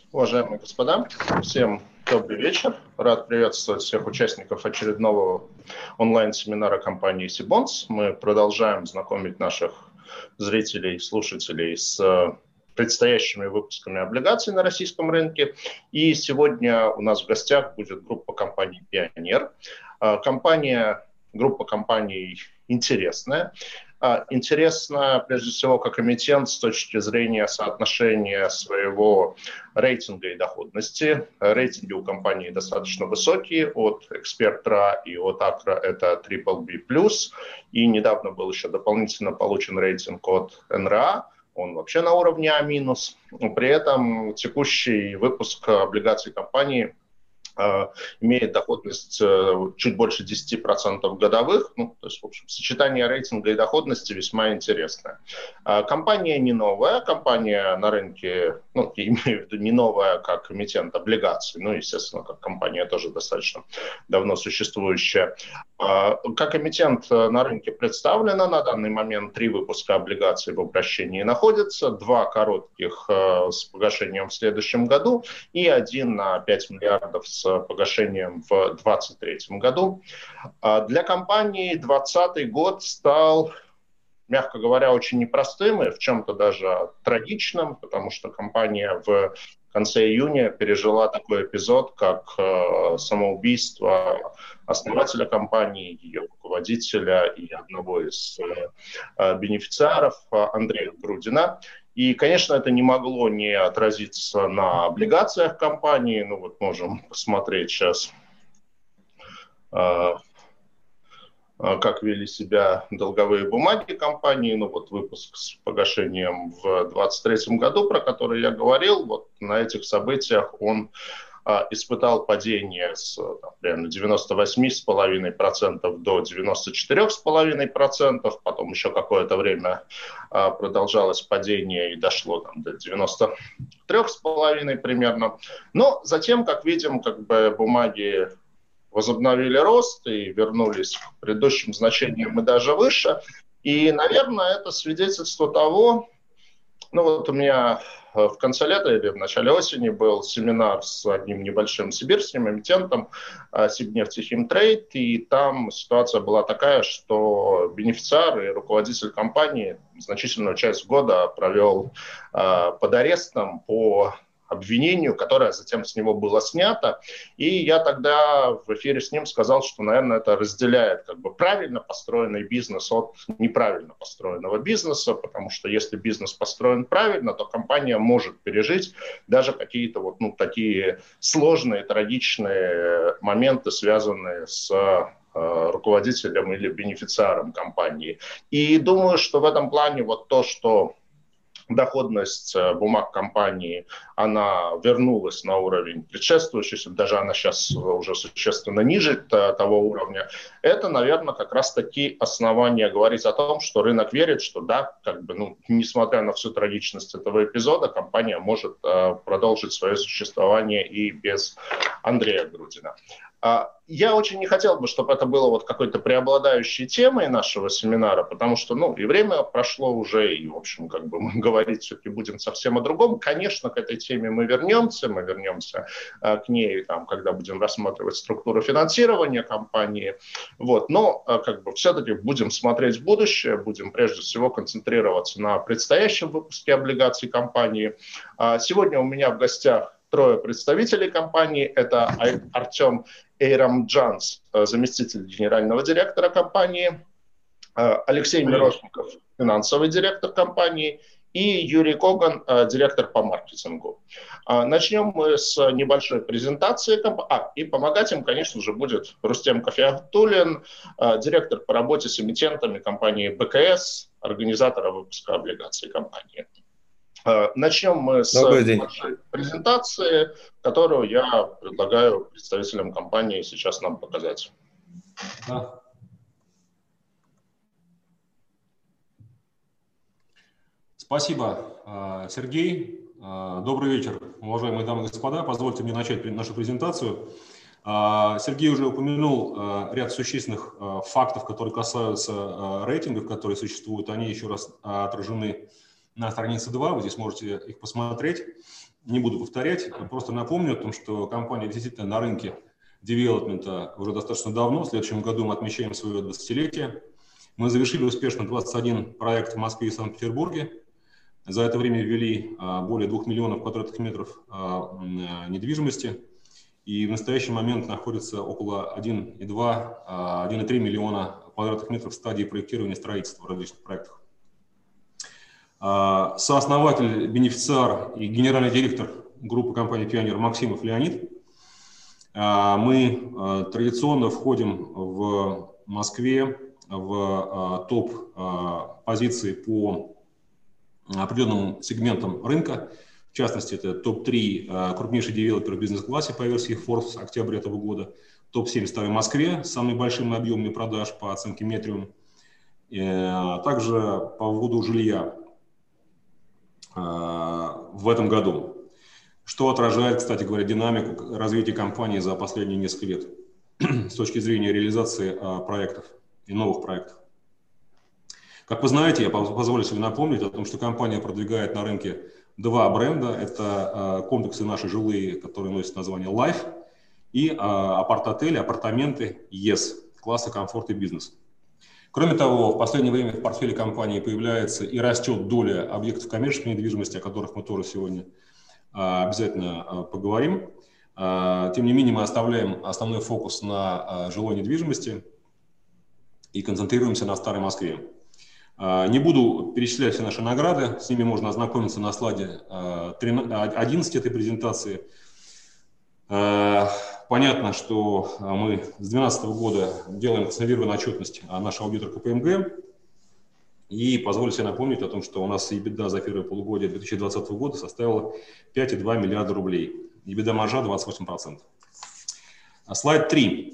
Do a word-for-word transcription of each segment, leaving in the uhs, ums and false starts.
Уважаемые господа, всем добрый вечер. Рад приветствовать всех участников очередного онлайн-семинара компании Сибонс. Мы продолжаем знакомить наших зрителей и слушателей с предстоящими выпусками облигаций на российском рынке. И сегодня у нас в гостях будет группа компаний «Пионер». Компания, группа компаний интересная. Интересно, прежде всего, как эмитент с точки зрения соотношения своего рейтинга и доходности. Рейтинги у компании достаточно высокие, от Экспертра и от Акра это трипл би плюс, и недавно был еще дополнительно получен рейтинг от эн эр а, он вообще на уровне А-. При этом текущий выпуск облигаций компании имеет доходность чуть больше десять процентов годовых. Ну, то есть, в общем, сочетание рейтинга и доходности весьма интересное. Компания не новая, компания на рынке, ну, я имею в виду не новая как эмитент облигаций, ну, естественно, как компания тоже достаточно давно существующая. Как эмитент на рынке представлена на данный момент три выпуска облигаций в обращении находятся, два коротких с погашением в следующем году и один на пять миллиардов с погашением в двадцать третьем году. Для компании двадцатый год стал, мягко говоря, очень непростым и в чем-то даже трагичным, потому что компания в конце июня пережила такой эпизод, как самоубийство основателя компании, ее руководителя и одного из бенефициаров Андрея Грудина. И, конечно, это не могло не отразиться на облигациях компании. Ну вот можем посмотреть сейчас, как вели себя долговые бумаги компании. Ну вот выпуск с погашением в двадцать третьем году, про который я говорил. Вот на этих событиях он испытал падение с там, примерно девяноста восьми целых пяти десятых процента до девяноста четырёх целых пяти десятых процента, потом еще какое-то время а, продолжалось падение и дошло там, до девяноста трёх целых пяти десятых примерно. Но затем, как видим, как бы бумаги возобновили рост и вернулись к предыдущим значениям и даже выше. И, наверное, это свидетельство того, ну вот у меня в конце лета или в начале осени был семинар с одним небольшим сибирским эмитентом Сибнефтехимтрейд, и там ситуация была такая, что бенефициар и руководитель компании значительную часть года провел под арестом по обвинению, которое затем с него было снято. И я тогда в эфире с ним сказал, что, наверное, это разделяет как бы правильно построенный бизнес от неправильно построенного бизнеса, потому что если бизнес построен правильно, то компания может пережить даже какие-то вот, ну, такие сложные, трагичные моменты, связанные с руководителем или бенефициаром компании. И думаю, что в этом плане вот то, что доходность бумаг компании, она вернулась на уровень предшествующий, даже она сейчас уже существенно ниже того уровня. Это, наверное, как раз-таки основания говорить о том, что рынок верит, что да, как бы, ну, несмотря на всю трагичность этого эпизода, компания может э, продолжить свое существование и без Андрея Грудина. Я очень не хотел бы, чтобы это было вот какой-то преобладающей темой нашего семинара, потому что, ну, и время прошло уже, и, в общем, как бы мы говорить все-таки будем совсем о другом. Конечно, к этой теме мы вернемся, мы вернемся а, к ней, там, когда будем рассматривать структуру финансирования компании, вот, но а, как бы все-таки будем смотреть в будущее, будем прежде всего концентрироваться на предстоящем выпуске облигаций компании. А, сегодня у меня в гостях трое представителей компании. Это Артем Эйрамджанс, заместитель генерального директора компании, Алексей Мирошников, финансовый директор компании, и Юрий Коган, директор по маркетингу. Начнем мы с небольшой презентации. А, и помогать им, конечно же, будет Рустем Кафиатуллин, директор по работе с эмитентами компании бэ ка эс, организатора выпуска облигаций компании. Начнем мы с небольшой презентации, которую я предлагаю представителям компании сейчас нам показать. Да. Спасибо, Сергей. Добрый вечер, уважаемые дамы и господа. Позвольте мне начать нашу презентацию. Сергей уже упомянул ряд существенных фактов, которые касаются рейтингов, которые существуют. Они еще раз отражены на странице два, вы здесь можете их посмотреть. не буду повторять, просто напомню о том, что компания действительно на рынке девелопмента уже достаточно давно. В следующем году мы отмечаем свое двадцатилетие. Мы завершили успешно двадцать один проект в Москве и Санкт-Петербурге. За это время ввели более двух миллионов квадратных метров недвижимости. И в настоящий момент находится около один и два — один и три миллиона квадратных метров в стадии проектирования и строительства в различных проектах. Сооснователь, бенефициар и генеральный директор группы компании «Пионер» Максимов Леонид. Мы традиционно входим в Москве в топ-позиции по определенным сегментам рынка. В частности, это топ три крупнейших девелоперов в бизнес-классе по версии Forbes октября этого года, топ семь в Москве с самым большим объемом продаж по оценке Метриум, а также по вводу жилья в этом году, что отражает, кстати говоря, динамику развития компании за последние несколько лет с точки зрения реализации проектов и новых проектов. Как вы знаете, я позволю себе напомнить о том, что компания продвигает на рынке два бренда. Это комплексы наши жилые, которые носят название Life, и апарт-отели, апартаменты Yes, класса комфорт и бизнес. Кроме того, в последнее время в портфеле компании появляется и растет доля объектов коммерческой недвижимости, о которых мы тоже сегодня обязательно поговорим. Тем не менее, мы оставляем основной фокус на жилой недвижимости и концентрируемся на Старой Москве. Не буду перечислять все наши награды, с ними можно ознакомиться на слайде одиннадцать этой презентации. Понятно, что мы с две тысячи двенадцатого года делаем консолидированную отчетность нашего аудитора ка пэ эм гэ. И позволю себе напомнить о том, что у нас EBITDA за первое полугодие две тысячи двадцатого года составила пять и два миллиарда рублей. EBITDA маржа двадцать восемь процентов. Слайд три.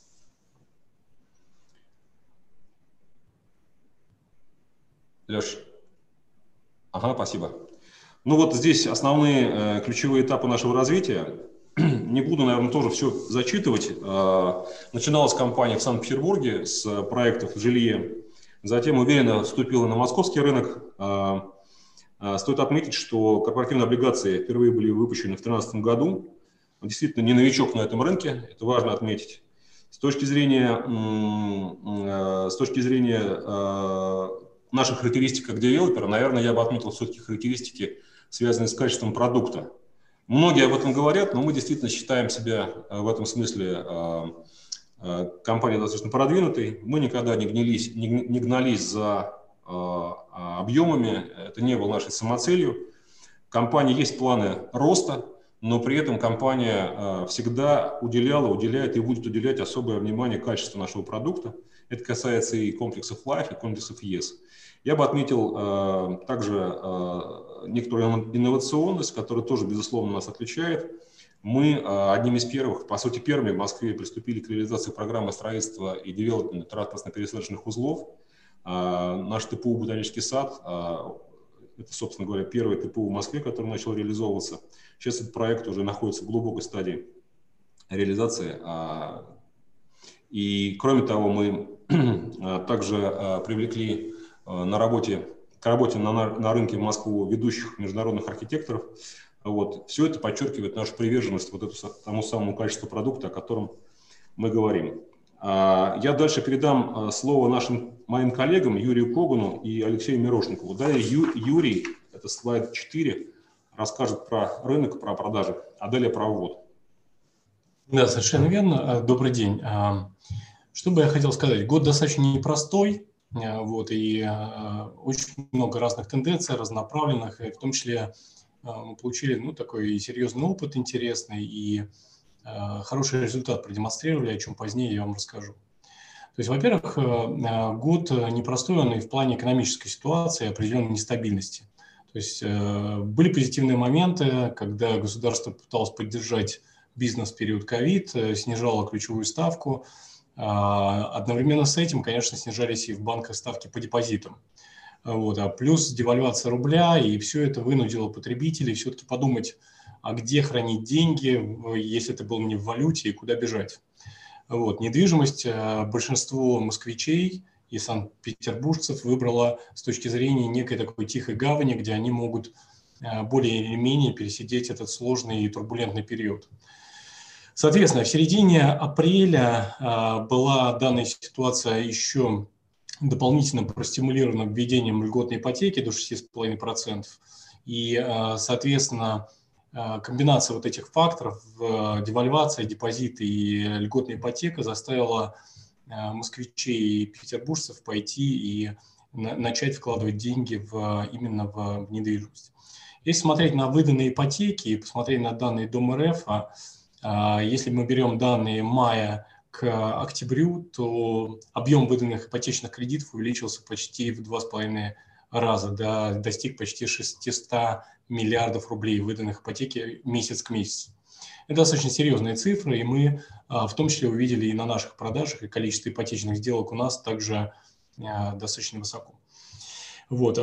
Леш. Ага, спасибо. Ну вот здесь основные э, ключевые этапы нашего развития. Не буду, наверное, тоже все зачитывать. Э, начиналась компания в Санкт-Петербурге с проектов в жилье. Затем уверенно вступила на московский рынок. Э, э, стоит отметить, что корпоративные облигации впервые были выпущены в две тысячи тринадцатом году. Он действительно не новичок на этом рынке, это важно отметить. С точки зрения, э, с точки зрения э, наших характеристик как девелопера, наверное, я бы отметил все-таки характеристики, связанные с качеством продукта. Многие об этом говорят, но мы действительно считаем себя в этом смысле компанией достаточно продвинутой. Мы никогда не гнались, не, не гнались за объемами, это не было нашей самоцелью. В компании есть планы роста, но при этом компания всегда уделяла, уделяет и будет уделять особое внимание качеству нашего продукта. Это касается и комплексов Life, и комплексов Yes. Я бы отметил э, также э, некоторую инновационность, которая тоже, безусловно, нас отличает. Мы э, одним из первых, по сути, первыми в Москве приступили к реализации программы строительства и девелопмента транспортно-пересадочных узлов. Э, наш тэ пэ у «Ботанический сад» э, – это, собственно говоря, первый тэ пэ у в Москве, который начал реализовываться. Сейчас этот проект уже находится в глубокой стадии реализации. Э, и, кроме того, мы э, также э, привлекли на работе, к работе на, на рынке в Москву ведущих международных архитекторов. Вот. Все это подчеркивает нашу приверженность вот эту, тому самому качеству продукта, о котором мы говорим. Я дальше передам слово нашим моим коллегам Юрию Когану и Алексею Мирошникову. Далее Ю, Юрий, это слайд четыре, расскажет про рынок, про продажи, а далее про ввод. Да, совершенно верно. Добрый день. Что бы я хотел сказать? Год достаточно непростой. Вот, и э, очень много разных тенденций, разнонаправленных, и в том числе э, мы получили ну, такой и серьезный опыт интересный, и э, хороший результат продемонстрировали, о чем позднее я вам расскажу. То есть, во-первых, э, год непростой, он и в плане экономической ситуации, определенной нестабильности. То есть э, были позитивные моменты, когда государство пыталось поддержать бизнес в период ковид, э, снижало ключевую ставку. Одновременно с этим, конечно, снижались и в банках ставки по депозитам. Вот. А плюс девальвация рубля, и все это вынудило потребителей все-таки подумать, а где хранить деньги, если это было не в валюте, и куда бежать. Вот. Недвижимость большинство москвичей и санкт-петербуржцев выбрало с точки зрения некой такой тихой гавани, где они могут более или менее пересидеть этот сложный и турбулентный период. Соответственно, в середине апреля была данная ситуация еще дополнительно простимулирована введением льготной ипотеки до шести целых пяти десятых процента. И, соответственно, комбинация вот этих факторов, девальвация, депозиты и льготная ипотека заставила москвичей и петербуржцев пойти и начать вкладывать деньги в, именно в недвижимость. Если смотреть на выданные ипотеки и посмотреть на данные Дом.РФ, если мы берем данные мая к октябрю, то объем выданных ипотечных кредитов увеличился почти в два с половиной раза, до, достиг почти шестисот миллиардов рублей выданных ипотеки месяц к месяцу. Это достаточно серьезные цифры, и мы в том числе увидели и на наших продажах, и количество ипотечных сделок у нас также достаточно высоко. Вот.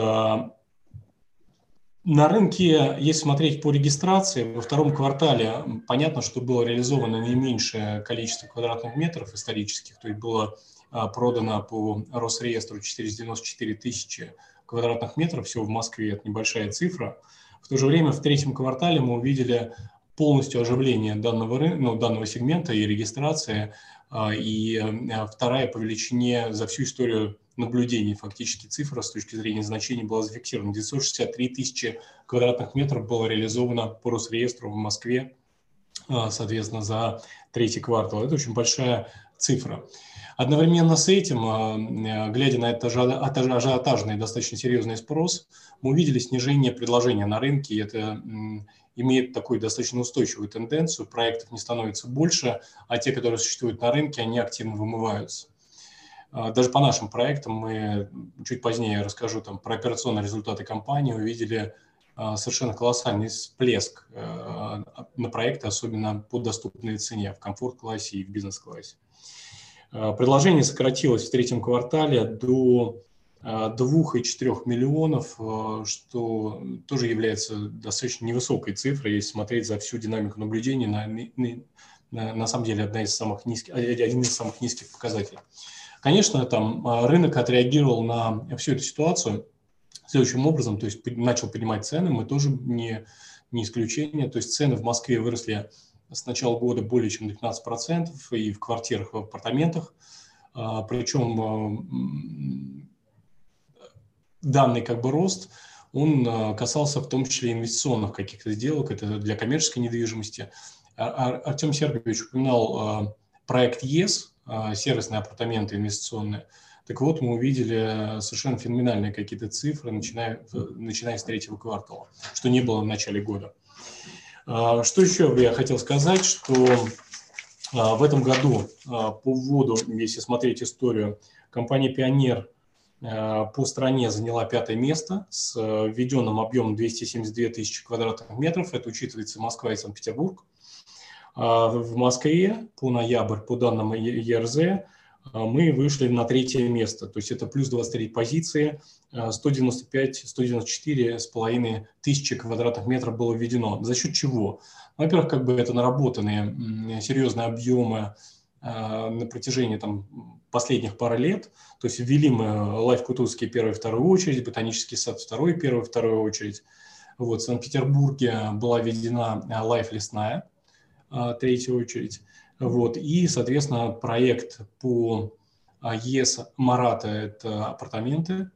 На рынке, если смотреть по регистрации, во втором квартале понятно, что было реализовано наименьшее количество квадратных метров исторических, то есть было продано по Росреестру четыреста девяносто четыре тысячи квадратных метров всего в Москве, это небольшая цифра. В то же время в третьем квартале мы увидели полностью оживление данного, ну, данного сегмента и регистрации, и вторая по величине за всю историю наблюдений фактически цифра с точки зрения значений была зафиксирована. девятьсот шестьдесят три тысячи квадратных метров было реализовано по Росреестру в Москве, соответственно, за третий квартал. Это очень большая цифра. Одновременно с этим, глядя на этот ажиотажный, достаточно серьезный спрос, мы увидели снижение предложения на рынке, и это имеет такую достаточно устойчивую тенденцию. Проектов не становится больше, а те, которые существуют на рынке, они активно вымываются. Даже по нашим проектам, мы чуть позднее расскажу там, про операционные результаты компании, увидели совершенно колоссальный всплеск на проекты, особенно по доступной цене, в комфорт-классе и в бизнес-классе. Предложение сократилось в третьем квартале до двух целых четырёх миллионов, что тоже является достаточно невысокой цифрой, если смотреть за всю динамику наблюдений, на, на, на самом деле одна из самых низких, один из самых низких показателей. Конечно, там рынок отреагировал на всю эту ситуацию следующим образом, то есть начал поднимать цены, мы тоже не, не исключение, то есть цены в Москве выросли с начала года более чем на пятнадцать процентов и в квартирах, в апартаментах, причем данный как бы рост, он касался в том числе инвестиционных каких-то сделок, это для коммерческой недвижимости. Артем Сергеевич упоминал проект ЕС, сервисные апартаменты инвестиционные. Так вот, мы увидели совершенно феноменальные какие-то цифры, начиная, начиная с третьего квартала, что не было в начале года. Что еще я хотел сказать, что в этом году по вводу, если смотреть историю, компания «Пионер» по стране заняла пятое место с введенным объемом двести семьдесят две тысячи квадратных метров, это учитывается Москва и Санкт-Петербург. В Москве по ноябрь, по данным ЕРЗ, мы вышли на третье место, то есть это плюс двадцать три позиции, сто девяносто пять - сто девяносто четыре с половиной тысячи квадратных метров было введено. За счет чего? Во-первых, как бы это наработанные серьезные объемы на протяжении там, последних пары лет, то есть ввели мы Лайф Кутузовский первую и вторую очередь, Ботанический сад второй и первую и вторую очередь. Вот, в Санкт-Петербурге была введена Лайф Лесная, третья очередь. Вот. И, соответственно, проект по ЕС Марата – это апартаменты,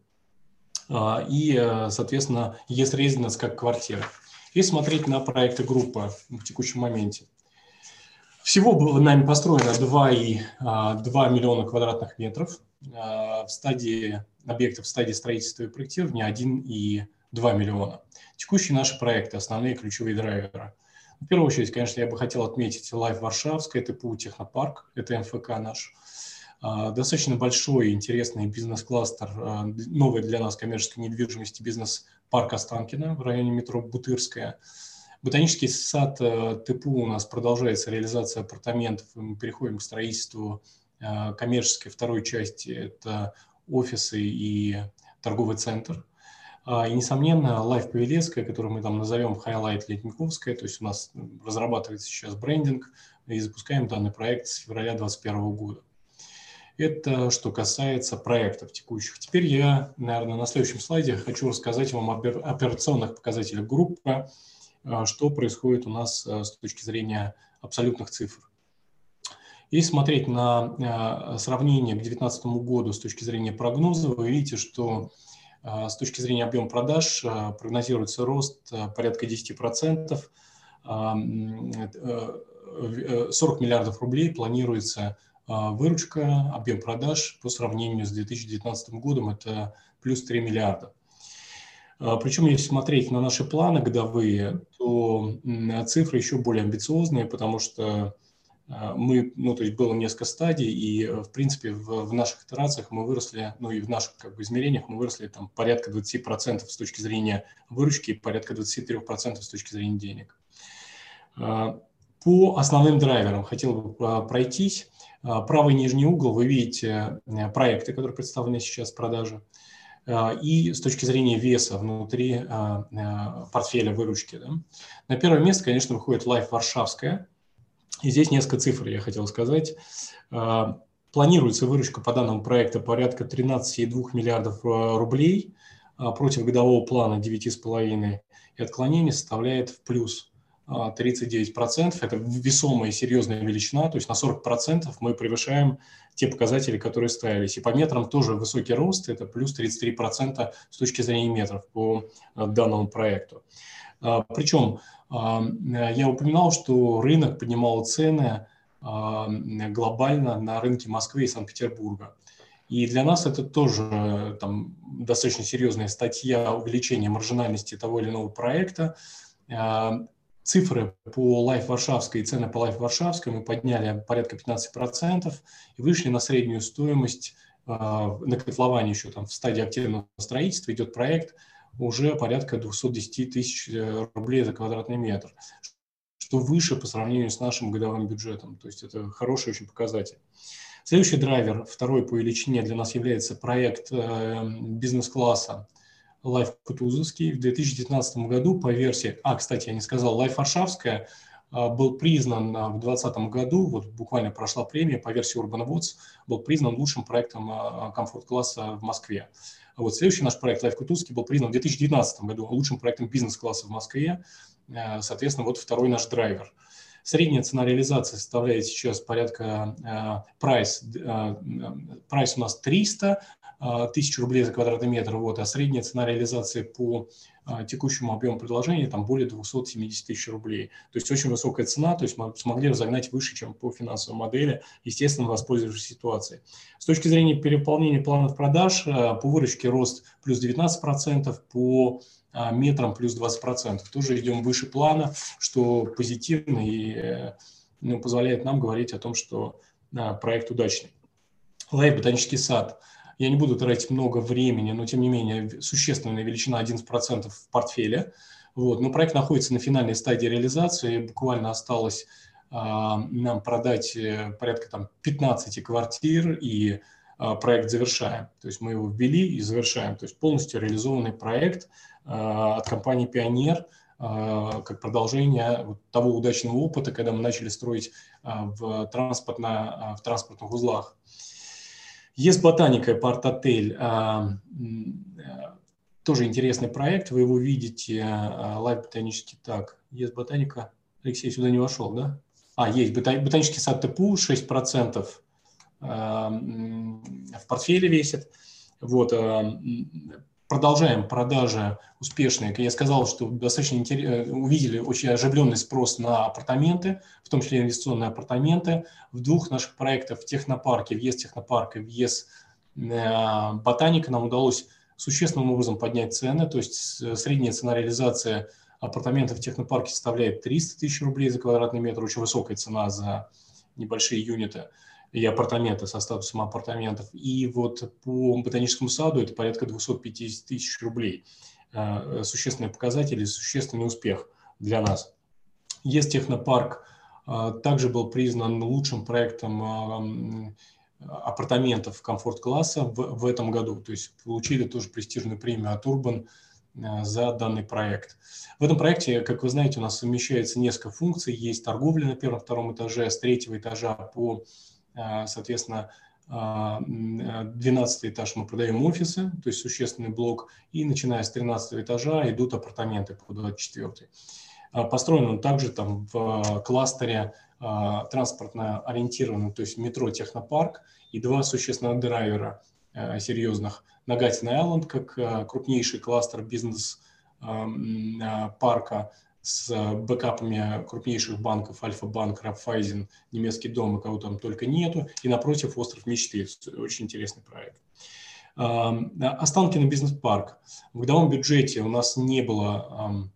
и, соответственно, ЕС Резиденс как квартира. И смотреть на проекты группы в текущем моменте. Всего было нами построено два и два миллиона квадратных метров, в стадии объектов, в стадии строительства и проектирования один и два миллиона. Текущие наши проекты, основные ключевые драйверы. В первую очередь, конечно, я бы хотел отметить Лайф Варшавская, это ПУ Технопарк, это эм эф ка наш. Достаточно большой, интересный бизнес-кластер, новый для нас коммерческой недвижимости бизнес-парк Останкино в районе метро Бутырская. Ботанический сад ТПУ у нас продолжается реализация апартаментов, мы переходим к строительству коммерческой второй части, это офисы и торговый центр. И, несомненно, Лайф Павелецкая, которую мы там назовем Highlight Летниковская, то есть у нас разрабатывается сейчас брендинг, и запускаем данный проект с февраля две тысячи двадцать первого года. Это что касается проектов текущих. Теперь я, наверное, на следующем слайде хочу рассказать вам об операционных показателях группы, что происходит у нас с точки зрения абсолютных цифр. Если смотреть на сравнение к две тысячи девятнадцатому году с точки зрения прогноза, вы видите, что с точки зрения объема продаж прогнозируется рост порядка десяти процентов. сорок миллиардов рублей планируется выручка, объем продаж по сравнению с две тысячи девятнадцатым годом – это плюс три миллиарда. Причем, если смотреть на наши планы годовые, то цифры еще более амбициозные, потому что мы, ну, то есть было несколько стадий, и, в принципе, в, в наших итерациях мы выросли, ну, и в наших, как бы, измерениях мы выросли там порядка двадцати процентов с точки зрения выручки и порядка двадцати трёх процентов с точки зрения денег. По основным драйверам хотел бы пройтись. Правый нижний угол вы видите проекты, которые представлены сейчас в продаже, и с точки зрения веса внутри портфеля выручки. Да. На первое место, конечно, выходит Life Варшавская. И здесь несколько цифр я хотел сказать. Планируется выручка по данному проекту порядка тринадцати целых двух десятых миллиардов рублей против годового плана девяти целых пяти десятых, и отклонение составляет в плюс тридцать девять процентов. Это весомая и серьезная величина, то есть на сорок процентов мы превышаем те показатели, которые ставились. И по метрам тоже высокий рост, это плюс тридцать три процента с точки зрения метров по данному проекту. Причем я упоминал, что рынок поднимал цены глобально на рынке Москвы и Санкт-Петербурга. И для нас это тоже там, достаточно серьезная статья увеличения маржинальности того или иного проекта. Цифры по Life Варшавской и цены по Life Варшавской мы подняли порядка пятнадцати процентов и вышли на среднюю стоимость на котловане еще там в стадии активного строительства идет проект уже порядка двухсот десяти тысяч рублей за квадратный метр, что выше по сравнению с нашим годовым бюджетом. То есть это хороший очень показатель. Следующий драйвер, второй по величине для нас является проект бизнес-класса Life Кутузовский. В две тысячи девятнадцатом году по версии, а, кстати, я не сказал, Life Варшавская был признан в две тысячи двадцатом году, вот буквально прошла премия по версии Urban Awards, был признан лучшим проектом комфорт-класса в Москве. Вот следующий наш проект Life Кутузовский был признан в две тысячи девятнадцатом году лучшим проектом бизнес-класса в Москве. Соответственно, вот второй наш драйвер. Средняя цена реализации составляет сейчас порядка, прайс, прайс у нас триста тысяч рублей за квадратный метр, вот, а средняя цена реализации по текущему объему предложения там более двухсот семидесяти тысяч рублей. То есть очень высокая цена, то есть мы смогли разогнать выше, чем по финансовой модели, естественно, воспользовавшись ситуацией. С точки зрения переполнения планов продаж, по выручке рост плюс девятнадцать процентов, по метрам плюс двадцать процентов. Тоже идем выше плана, что позитивно и ну, позволяет нам говорить о том, что да, проект удачный. Life Ботанический сад. Я не буду тратить много времени, но тем не менее существенная величина одиннадцать процентов в портфеле. Вот. Но проект находится на финальной стадии реализации. Буквально осталось а, нам продать порядка там, пятнадцати квартир, и а, проект завершаем. То есть мы его ввели и завершаем. То есть полностью реализованный проект а, от компании «Пионер», а, как продолжение вот того удачного опыта, когда мы начали строить а, в, транспортно, а, в транспортных узлах. Есть Ботаника, Порт-отель, тоже интересный проект, вы его видите, Life Ботанический, так, есть Ботаника, Алексей сюда не вошел, да? А, есть Ботанический сад ТПУ, шесть процентов в портфеле весит, вот, продолжаем продажи успешные. Я сказал, что достаточно интерес... увидели очень оживленный спрос на апартаменты, в том числе инвестиционные апартаменты. В двух наших проектах в технопарке, въезд технопарка и въезд Ботаника нам удалось существенным образом поднять цены. То есть средняя цена реализации апартаментов в технопарке составляет триста тысяч рублей за квадратный метр. Очень высокая цена за небольшие юниты и апартаменты со статусом апартаментов. И вот по Ботаническому саду это порядка двухсот пятидесяти тысяч рублей. Существенные показатели, существенный успех для нас. Есть технопарк, также был признан лучшим проектом апартаментов комфорт-класса в, в этом году. То есть получили тоже престижную премию от Urban за данный проект. В этом проекте, как вы знаете, у нас совмещается несколько функций. Есть торговля на первом-втором этаже, с третьего этажа по соответственно, двенадцатый этаж мы продаем офисы, то есть существенный блок, и начиная с тринадцатого этажа идут апартаменты по двадцать четвёртый. Построен он также там в кластере транспортно ориентированном, то есть метро Технопарк, и два существенных драйвера серьезных. Нагатин Айленд как крупнейший кластер бизнес-парка с бэкапами крупнейших банков, Альфа-банк, Райффайзен, Немецкий дом, и кого там только нету, и напротив остров мечты, очень интересный проект. Останкино бизнес-парк. В годовом бюджете у нас не было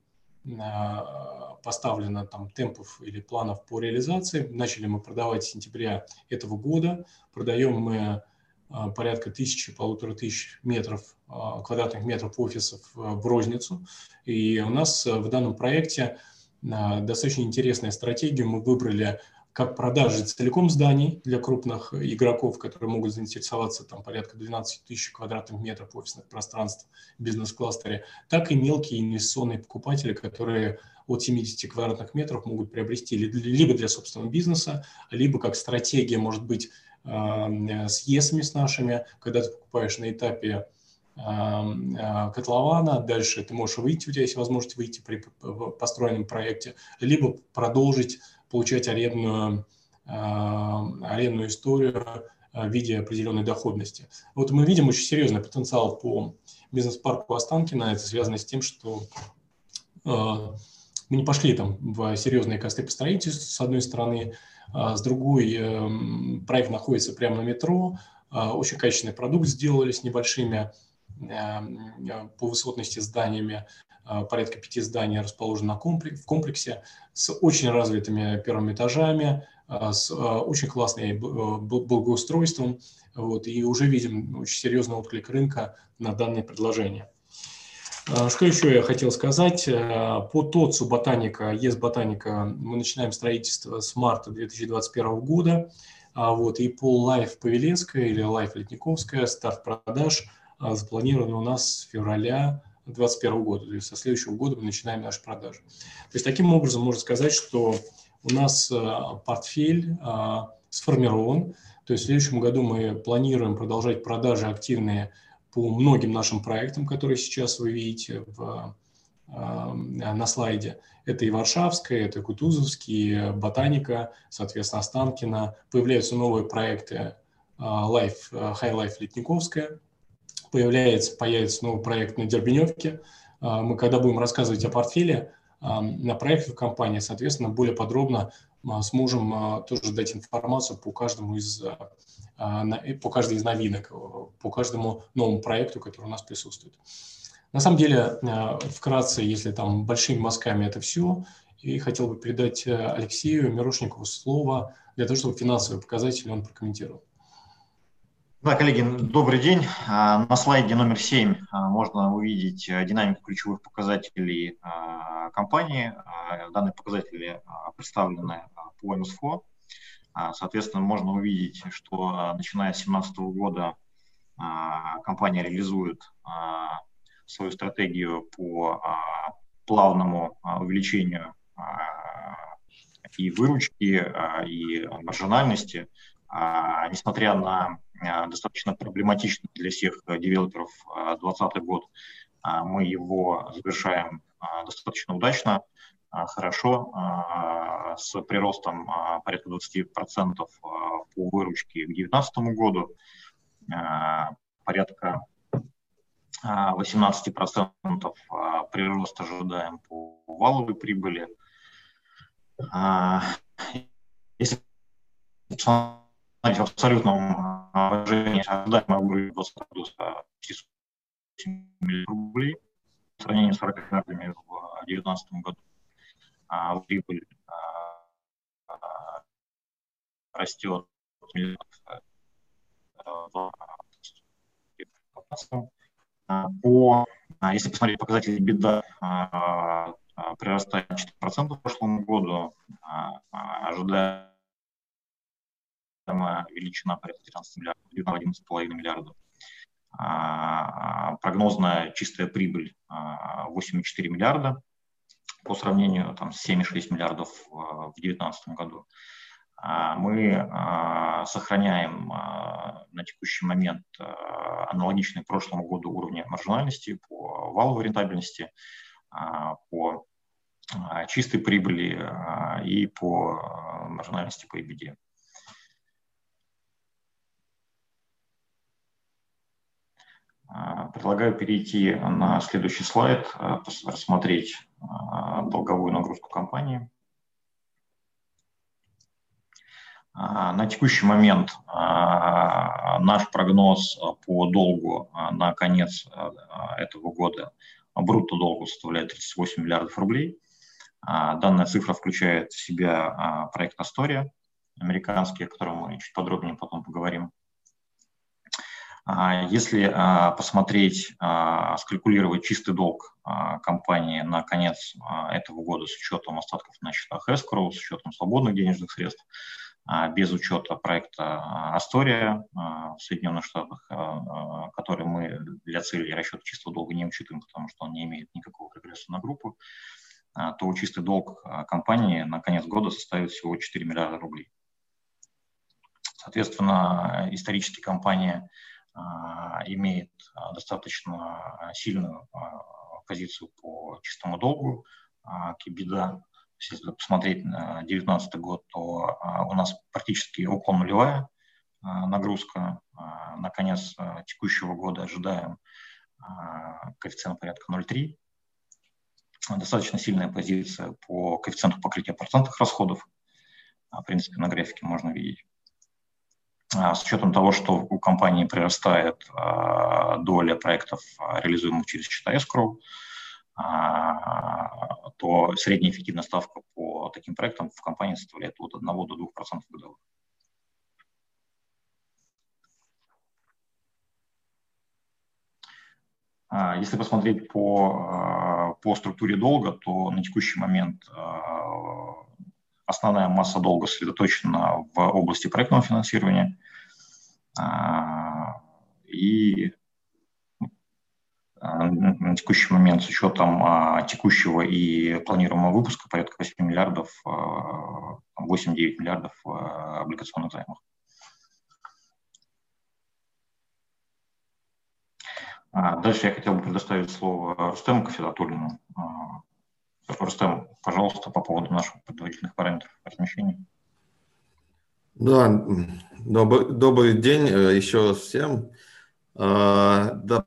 поставлено там темпов или планов по реализации. Начали мы продавать с сентября этого года. Продаем мы порядка тысячи, полутора тысяч метров, квадратных метров офисов в розницу. И у нас в данном проекте достаточно интересная стратегия. Мы выбрали как продажи целиком зданий для крупных игроков, которые могут заинтересоваться, там порядка двенадцать тысяч квадратных метров офисных пространств в бизнес-кластере, так и мелкие инвестиционные покупатели, которые от семидесяти квадратных метров могут приобрести либо для собственного бизнеса, либо как стратегия, может быть, с ЕСами с нашими, когда ты покупаешь на этапе котлована, дальше ты можешь выйти, у тебя есть возможность выйти при построенном проекте, либо продолжить получать арендную, арендную историю в виде определенной доходности. Вот мы видим очень серьезный потенциал по бизнес-парку Останкино. Это связано с тем, что мы не пошли там в серьезные косты по строительству, с одной стороны, с другой проект находится прямо на метро, очень качественный продукт сделали с небольшими по высотности зданиями, порядка пяти зданий расположено в комплексе, с очень развитыми первыми этажами, с очень классным благоустройством, вот, и уже видим очень серьезный отклик рынка на данное предложение. Что еще я хотел сказать? По ТОЦу Ботаника, ЕС Ботаника, мы начинаем строительство с марта две тысячи двадцать первого года, вот, и по Лайф Павелецкая или Лайф Летниковская старт продаж запланирован у нас с февраля две тысячи двадцать первого года, то есть со следующего года мы начинаем наши продажи. То есть таким образом можно сказать, что у нас портфель сформирован, то есть в следующем году мы планируем продолжать продажи активные по многим нашим проектам, которые сейчас вы видите в, на слайде. Это и Варшавская, это Кутузовский, Ботаника, соответственно, Останкино. Появляются новые проекты Life, High Life Летниковская. Появляется, появится новый проект на Дербеневке. Мы, когда будем рассказывать о портфеле на проектах компании, соответственно, более подробно сможем тоже дать информацию по каждому из, по каждой из новинок, по каждому новому проекту, который у нас присутствует. На самом деле, вкратце, если там большими мазками это все, и хотел бы передать Алексею Мирошникову слово для того, чтобы финансовые показатели он прокомментировал. Да, коллеги, добрый день. На слайде номер семь можно увидеть динамику ключевых показателей компании. Данные показатели представлены по эм эс эф о. Соответственно, можно увидеть, что начиная с две тысячи семнадцатого года компания реализует свою стратегию по плавному увеличению и выручки, и маржинальности. Несмотря на достаточно проблематичный для всех девелоперов двадцатый год, мы его завершаем достаточно удачно, хорошо, с приростом порядка двадцати процентов по выручке к две тысячи девятнадцатому году, порядка восемнадцати процентов прирост ожидаем по валовой прибыли. Если в абсолютном выражении ожидаемый уровень двадцатого года миллионов рублей по сравнению с сорока миллиардами в две тысячи девятнадцатом году. А прибыль а, растет по, если посмотреть показатели беда, прирастает на четыре процента в прошлом году, ожидаем величина порядка тринадцати миллиардов, одиннадцать целых пять десятых миллиардов. А, прогнозная чистая прибыль восемь целых четыре десятых миллиарда по сравнению там, с семь целых шесть десятых миллиардов в две тысячи девятнадцатом году. мы сохраняем на текущий момент аналогичные прошлому году уровни маржинальности по валовой рентабельности, по чистой прибыли и по маржинальности по EBITDA. Предлагаю перейти на следующий слайд, рассмотреть долговую нагрузку компании. На текущий момент наш прогноз по долгу на конец этого года, брутто долгу составляет тридцать восемь миллиардов рублей. Данная цифра включает в себя проект Astoria, американский, о котором мы чуть подробнее потом поговорим. Если посмотреть, скалькулировать чистый долг компании на конец этого года с учетом остатков на счетах escrow, с учетом свободных денежных средств, без учета проекта Astoria в Соединенных Штатах, который мы для цели расчета чистого долга не учитываем, потому что он не имеет никакого регресса на группу, то чистый долг компании на конец года составит всего четыре миллиарда рублей. Соответственно, исторически компания имеет достаточно сильную позицию по чистому долгу, EBITDA. Если посмотреть на две тысячи девятнадцатый год, то у нас практически около нулевая нагрузка. На конец текущего года ожидаем коэффициент порядка ноль целых три десятых. Достаточно сильная позиция по коэффициенту покрытия процентных расходов. В принципе, на графике можно видеть. С учетом того, что у компании прирастает доля проектов, реализуемых через счета escrow, то средняя эффективная ставка по таким проектам в компании составляет от одного до двух процентов годовых. Если посмотреть по, по структуре долга, то на текущий момент основная масса долга сосредоточена в области проектного финансирования. И на текущий момент с учетом текущего и планируемого выпуска порядка восемь миллиардов, восемь-девять миллиардов облигационных займов. Дальше я хотел бы предоставить слово Рустему Кофидатуллину. Рустем, пожалуйста, по поводу наших предварительных параметров размещения. Да, добрый, добрый день еще раз всем. Да.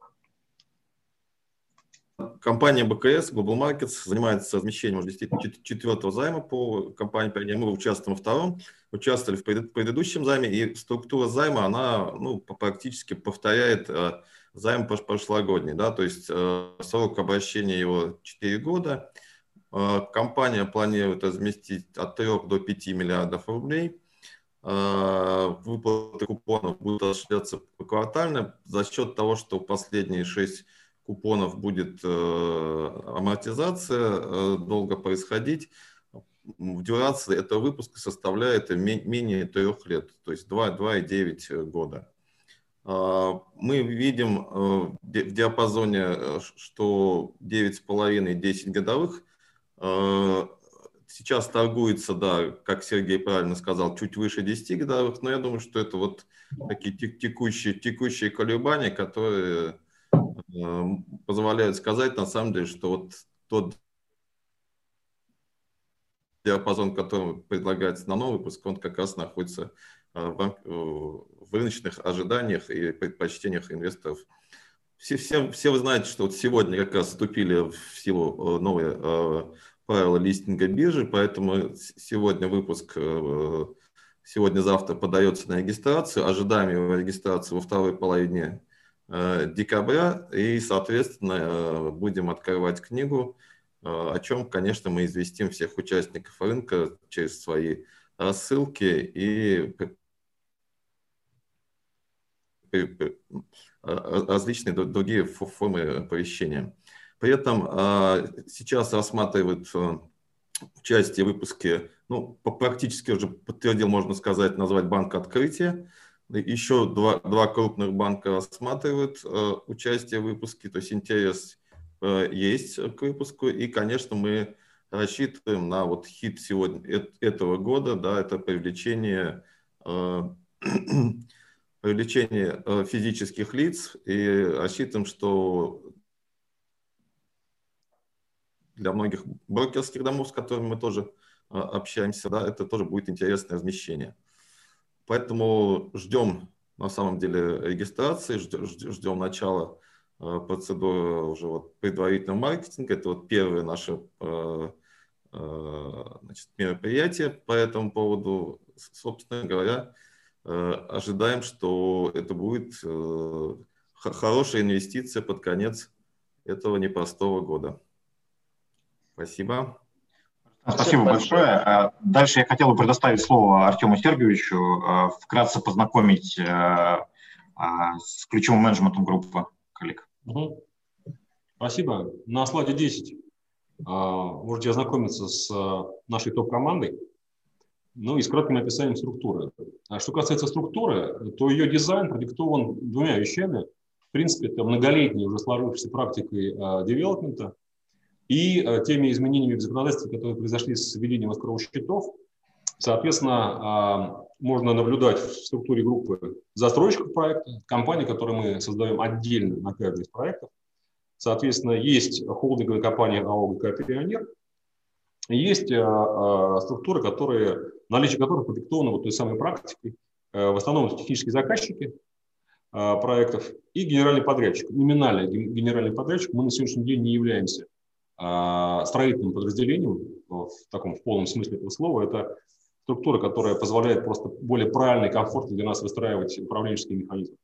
Компания бэ ка эс Global Markets занимается размещением уже действительно четвертого займа по компании. Мы участвуем во втором, участвовали в предыдущем займе, и структура займа, она ну, практически повторяет займ прошлогодний, да, то есть срок обращения его четыре года. Компания планирует разместить от трёх до пяти миллиардов рублей. Выплаты купонов будут осуществляться поквартально за счет того, что последние шесть купонов будет амортизация долго происходить. Дюрация этого выпуска составляет менее трех лет, то есть два и девять года. Мы видим в диапазоне, что девять с половиной — десять годовых сейчас торгуется, да, как Сергей правильно сказал, чуть выше десяти годовых, но я думаю, что это вот такие текущие, текущие колебания, которые позволяют сказать, на самом деле, что вот тот диапазон, который предлагается на новый выпуск, он как раз находится в, в рыночных ожиданиях и предпочтениях инвесторов. Все, все, все вы знаете, что вот сегодня как раз вступили в силу новые правила листинга биржи, поэтому сегодня выпуск, сегодня-завтра подается на регистрацию, ожидаем его регистрации во второй половине декабря, и, соответственно, будем открывать книгу, о чем, конечно, мы известим всех участников рынка через свои рассылки и различные другие формы оповещения. При этом сейчас рассматривают участие в выпуске, ну, практически уже подтвердил, можно сказать, назвать Банк Открытия. Еще два, два крупных банка рассматривают участие в выпуске, то есть интерес есть к выпуску. И, конечно, мы рассчитываем на вот хит сегодня этого года, да, это привлечение, э, привлечение физических лиц, и рассчитываем, что для многих брокерских домов, с которыми мы тоже э, общаемся, да, это тоже будет интересное размещение. Поэтому ждем на самом деле регистрации, ждем, ждем начала э, процедуры уже вот предварительного маркетинга. Это вот первое наше э, э, значит, мероприятие по этому поводу. Собственно говоря, э, ожидаем, что это будет э, хорошая инвестиция под конец этого непростого года. Спасибо. Спасибо большое. Дальше я хотел бы предоставить слово Артему Сергеевичу, вкратце познакомить с ключевым менеджментом группы коллег. Угу. Спасибо. На слайде десять можете ознакомиться с нашей топ-командой, ну и с кратким описанием структуры. А что касается структуры, то ее дизайн продиктован двумя вещами. В принципе, это многолетней уже сложившейся практикой девелопмента и теми изменениями в законодательстве, которые произошли с введением escrow счетов. Соответственно, можно наблюдать в структуре группы застройщиков проекта, компании, которые мы создаем отдельно на каждый из проектов. Соответственно, есть холдинговая компания АО ГК «Пионер», есть структуры, которые, наличие которых продиктовано вот той самой практикой. В основном это технические заказчики проектов и генеральный подрядчик. Номинальный генеральный подрядчик, мы на сегодняшний день не являемся строительным подразделением в таком в полном смысле этого слова. Это структура, которая позволяет просто более правильно и комфортно для нас выстраивать управленческие механизмы.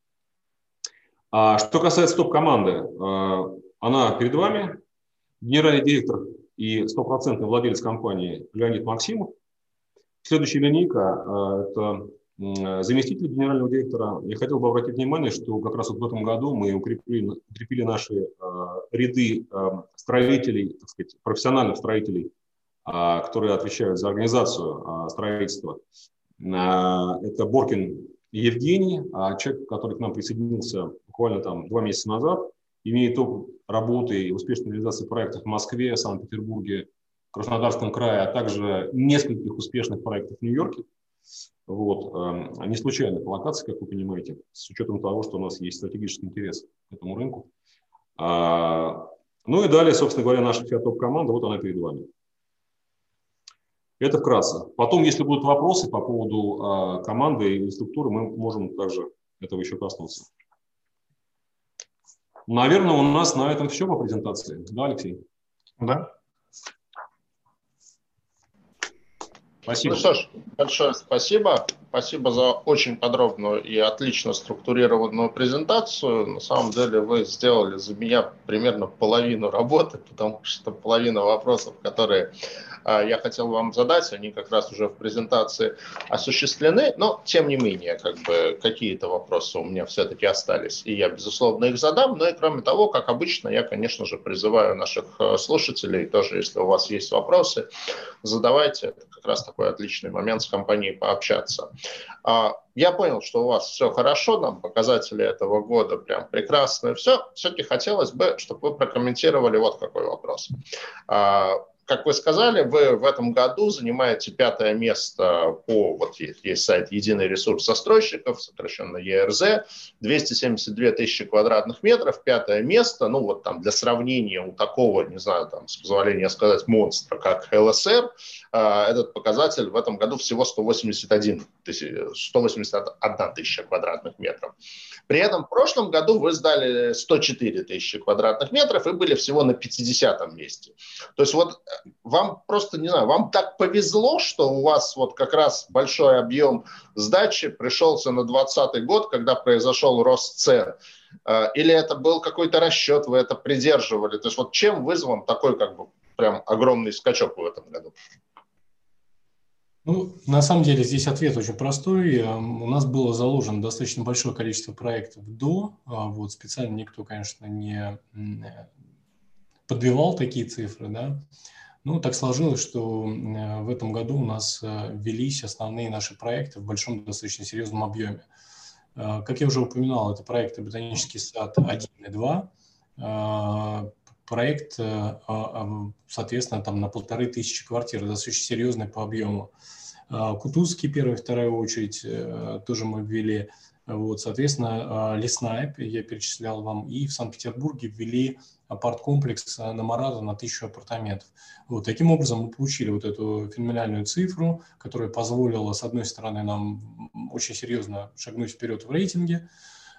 А что касается топ-команды, она перед вами. Генеральный директор и стопроцентный владелец компании Леонид Максимов. Следующая линейка – это заместитель генерального директора. Я хотел бы обратить внимание, что как раз вот в этом году мы укрепили, укрепили наши э, ряды э, строителей, так сказать, профессиональных строителей, э, которые отвечают за организацию э, строительства. Э, это Боркин Евгений, э, человек, который к нам присоединился буквально там два месяца назад, имеет опыт работы и успешной реализации проектов в Москве, Санкт-Петербурге, Краснодарском крае, а также нескольких успешных проектов в Нью-Йорке. Вот. Не случайная локация, как вы понимаете, с учетом того, что у нас есть стратегический интерес к этому рынку. Ну и далее, собственно говоря, наша вся топ-команда, вот она перед вами. Это вкратце. Потом, если будут вопросы по поводу команды и структуры, мы можем также этого еще коснуться. Наверное, у нас на этом все по презентации. Да, Алексей? Да. Спасибо. Ну что ж, большое спасибо. Спасибо за очень подробную и отлично структурированную презентацию. На самом деле вы сделали за меня примерно половину работы, потому что половина вопросов, которые э, я хотел вам задать, они как раз уже в презентации осуществлены. Но, тем не менее, как бы какие-то вопросы у меня все-таки остались, и я, безусловно, их задам. Ну и кроме того, как обычно, я, конечно же, призываю наших слушателей, тоже, если у вас есть вопросы, задавайте. Это как раз такой отличный момент с компанией пообщаться. Я понял, что у вас все хорошо, нам показатели этого года прям прекрасные. Все, все-таки хотелось бы, чтобы вы прокомментировали вот какой вопрос. Как вы сказали, вы в этом году занимаете пятое место по, вот есть, есть сайт «Единый ресурс застройщиков», сокращенно Е Р З, двести семьдесят две тысячи квадратных метров, пятое место, ну вот там для сравнения у такого, не знаю, там, с позволения сказать, монстра, как Л С Р, этот показатель в этом году всего сто восемьдесят одна тысяча квадратных метров. При этом в прошлом году вы сдали сто четыре тысячи квадратных метров и были всего на пятидесятом месте. То есть вот вам просто, не знаю, вам так повезло, что у вас вот как раз большой объем сдачи пришелся на двадцатый год, когда произошел рост цен. Или это был какой-то расчет, вы это придерживали? То есть вот чем вызван такой как бы прям огромный скачок в этом году? Ну, на самом деле здесь ответ очень простой. У нас было заложено достаточно большое количество проектов до. Вот, специально никто, конечно, не подбивал такие цифры, да. Ну, так сложилось, что в этом году у нас велись основные наши проекты в большом, достаточно серьезном объеме. Как я уже упоминал, это проекты «Ботанический сад один и два». проект, соответственно, там на полторы тысячи квартир, достаточно серьезный по объему. Кутузский, первая, вторая очередь, тоже мы ввели. Вот, соответственно, Леснайп, я перечислял вам, и в Санкт-Петербурге ввели апарт-комплекс на Марату на тысячу апартаментов. Вот, таким образом мы получили вот эту феноменальную цифру, которая позволила, с одной стороны, нам очень серьезно шагнуть вперед в рейтинге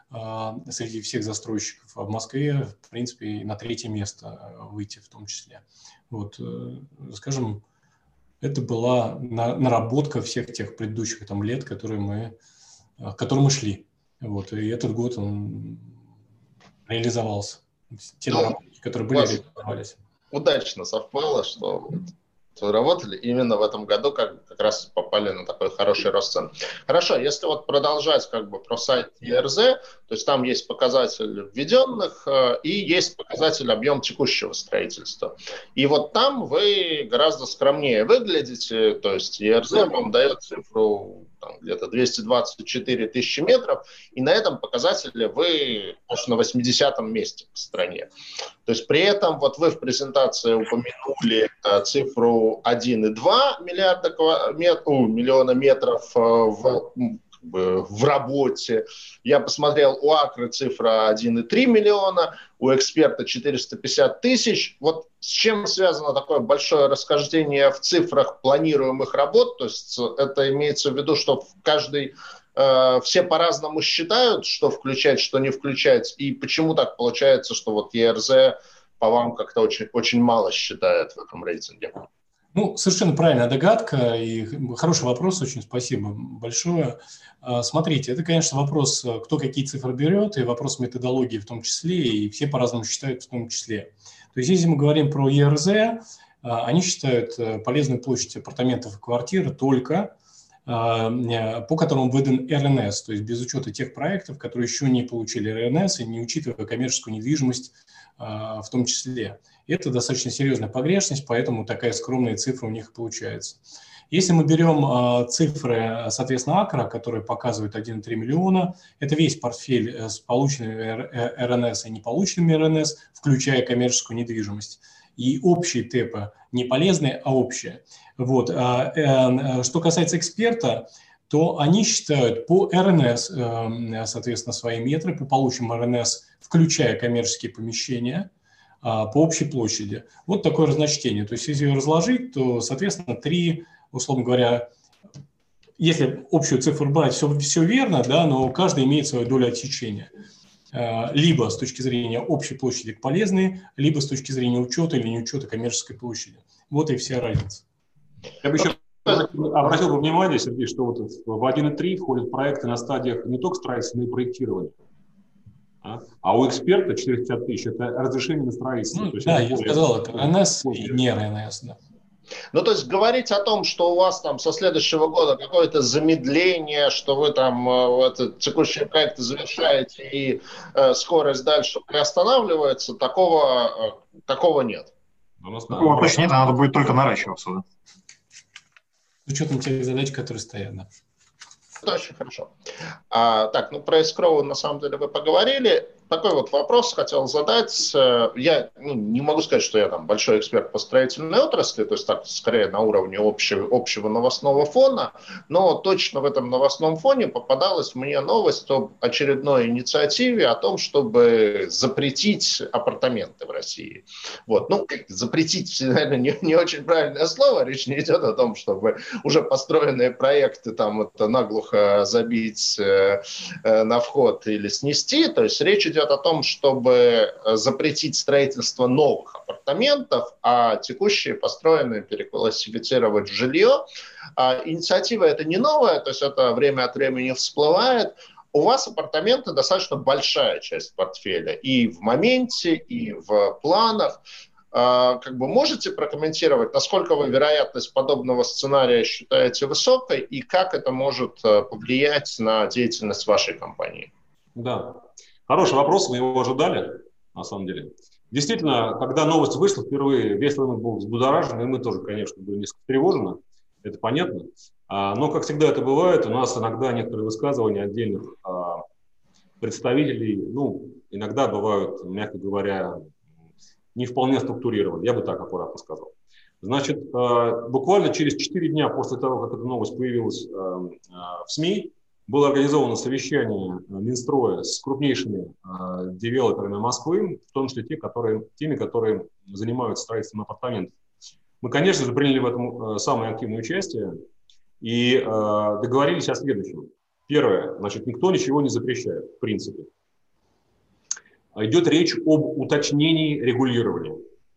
среди всех застройщиков, а в Москве, в принципе, на третье место выйти в том числе. Вот, скажем, это была наработка всех тех предыдущих там, лет, которые мы, к которым мы шли. Вот, и этот год он реализовался. Те ну, наработки, которые были, реализовались. Удачно совпало, что вы работали именно в этом году, как, как раз попали на такой хороший рост цен. Хорошо, если вот продолжать как бы про сайт и эр зэ, то есть там есть показатель введенных э, и есть показатель объем текущего строительства. И вот там вы гораздо скромнее выглядите, то есть и эр зэ вам дает цифру там, где-то двести двадцать четыре тысячи метров, и на этом показателе вы аж на восьмидесятом месте в стране. То есть при этом вот вы в презентации упомянули э, цифру один и два миллиарда мет, о, миллиона метров э, в, как бы, в работе. Я посмотрел, у Акры цифра один и три миллиона, у Эксперта четыреста пятьдесят тысяч. Вот с чем связано такое большое расхождение в цифрах планируемых работ? То есть это имеется в виду, что в каждой все по-разному считают, что включать, что не включать, и почему так получается, что вот и эр зэ по вам как-то очень, очень мало считает в этом рейтинге? Ну, совершенно правильная догадка и хороший вопрос, очень спасибо большое. Смотрите, это, конечно, вопрос, кто какие цифры берет, и вопрос методологии в том числе, и все по-разному считают в том числе. То есть, если мы говорим про и эр зэ, они считают полезную площадь апартаментов и квартир только по которым выдан эр эн эс, то есть без учета тех проектов, которые еще не получили эр эн эс и не учитывая коммерческую недвижимость в том числе. Это достаточно серьезная погрешность, поэтому такая скромная цифра у них получается. Если мы берем цифры, соответственно, Акра, которые показывают один и три миллиона, это весь портфель с полученными эр эн эс и неполученными эр эн эс, включая коммерческую недвижимость. И общие ТЭПы не полезные, а общие. Вот. Что касается Эксперта, то они считают по эр эн эс, соответственно, свои метры, по полученным эр эн эс, включая коммерческие помещения, по общей площади. Вот такое разночтение. То есть, если ее разложить, то, соответственно, три, условно говоря, если общую цифру брать, все, все верно, да, но каждый имеет свою долю отсечения. Либо с точки зрения общей площади полезные, либо с точки зрения учета или неучета коммерческой площади. Вот и вся разница. Я бы еще обратил бы внимание, Сергей, что вот в один и три входят проекты на стадиях не только строительства, но и проектирования. А, а у Эксперта четыреста пятьдесят тысяч – это разрешение на строительство. Ну, то есть да, это я более, сказал, это эр эн эс и не эр эн эс, да. Ну, то есть говорить о том, что у вас там со следующего года какое-то замедление, что вы там э, этот текущий проект завершаете и э, скорость дальше приостанавливается, такого, э, такого нет. Такого точно нет, надо будет только наращиваться. Да? С учетом тех задач, которые стоят, да. Это очень хорошо. А, так, ну про эскроу на самом деле вы поговорили. Такой вот вопрос хотел задать. Я ну, не могу сказать, что я там большой эксперт по строительной отрасли, то есть так скорее на уровне общего, общего новостного фона, но точно в этом новостном фоне попадалась мне новость об очередной инициативе о том, чтобы запретить апартаменты в России. Вот. Ну, запретить, наверное, не, не очень правильное слово, речь не идет о том, чтобы уже построенные проекты там это наглухо забить э, э, на вход или снести, то есть речь идет о том, чтобы запретить строительство новых апартаментов, а текущие построенные переклассифицировать в жилье. А инициатива эта не новая, то есть это время от времени всплывает. У вас апартаменты достаточно большая часть портфеля и в моменте, и в планах. Как бы можете прокомментировать, насколько вы вероятность подобного сценария считаете высокой и как это может повлиять на деятельность вашей компании? Да. Хороший вопрос, мы его ожидали, на самом деле. Действительно, когда новость вышла, впервые весь рынок был взбудоражен, и мы тоже, конечно, были несколько встревожены, это понятно. Но, как всегда это бывает, у нас иногда некоторые высказывания отдельных представителей, ну, иногда бывают, мягко говоря, не вполне структурированы, я бы так аккуратно сказал. Значит, буквально через четыре дня после того, как эта новость появилась в СМИ, было организовано совещание Минстроя с крупнейшими девелоперами Москвы, в том числе те, которые, теми, которые занимаются строительством апартаментов. Мы, конечно же, приняли в этом самое активное участие и договорились о следующем. Первое, значит, никто ничего не запрещает, в принципе. Идет речь об уточнении регулирования.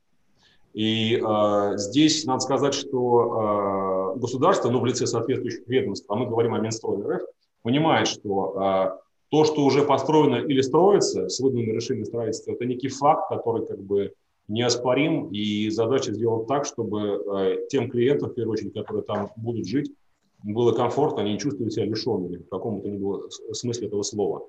И э, здесь надо сказать, что э, государство, ну, в лице соответствующих ведомств, а мы говорим о Минстрое РФ, понимает, что э, то, что уже построено или строится с выданным решением строительства, это некий факт, который как бы неоспорим, и задача сделать так, чтобы э, тем клиентам, в первую очередь, которые там будут жить, было комфортно, они не чувствовали себя лишенными в каком-то ни было смысле этого слова.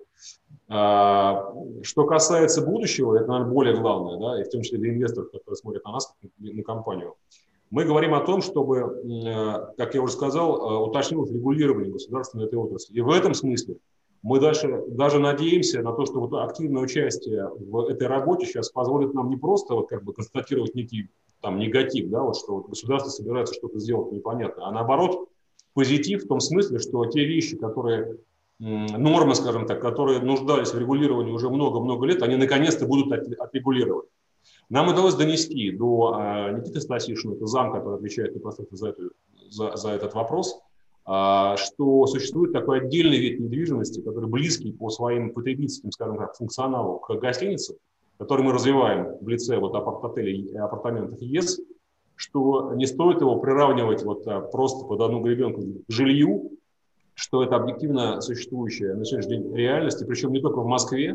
А, что касается будущего, это, наверное, более главное, да, и в том числе для инвесторов, которые смотрят на нас, на компанию. Мы говорим о том, чтобы, как я уже сказал, уточнилось регулирование государственной этой отрасли. И в этом смысле мы дальше даже надеемся на то, что вот активное участие в этой работе сейчас позволит нам не просто вот как бы констатировать некий там негатив, да, вот что вот государство собирается что-то сделать непонятно, а наоборот позитив в том смысле, что те вещи, которые, нормы, скажем так, которые нуждались в регулировании уже много-много лет, они наконец-то будут отрегулированы. Нам удалось донести до э, Никиты Стасишина, это зам, который отвечает непосредственно за, эту, за, за этот вопрос, э, что существует такой отдельный вид недвижимости, который близкий по своим потребительским, скажем так, функционалу к гостинице, который мы развиваем в лице вот, апарт-отелей и апартаментов ЕС, что не стоит его приравнивать вот просто под одну гребенку к жилью, что это объективно существующая на сегодняшний день реальность, и причем не только в Москве,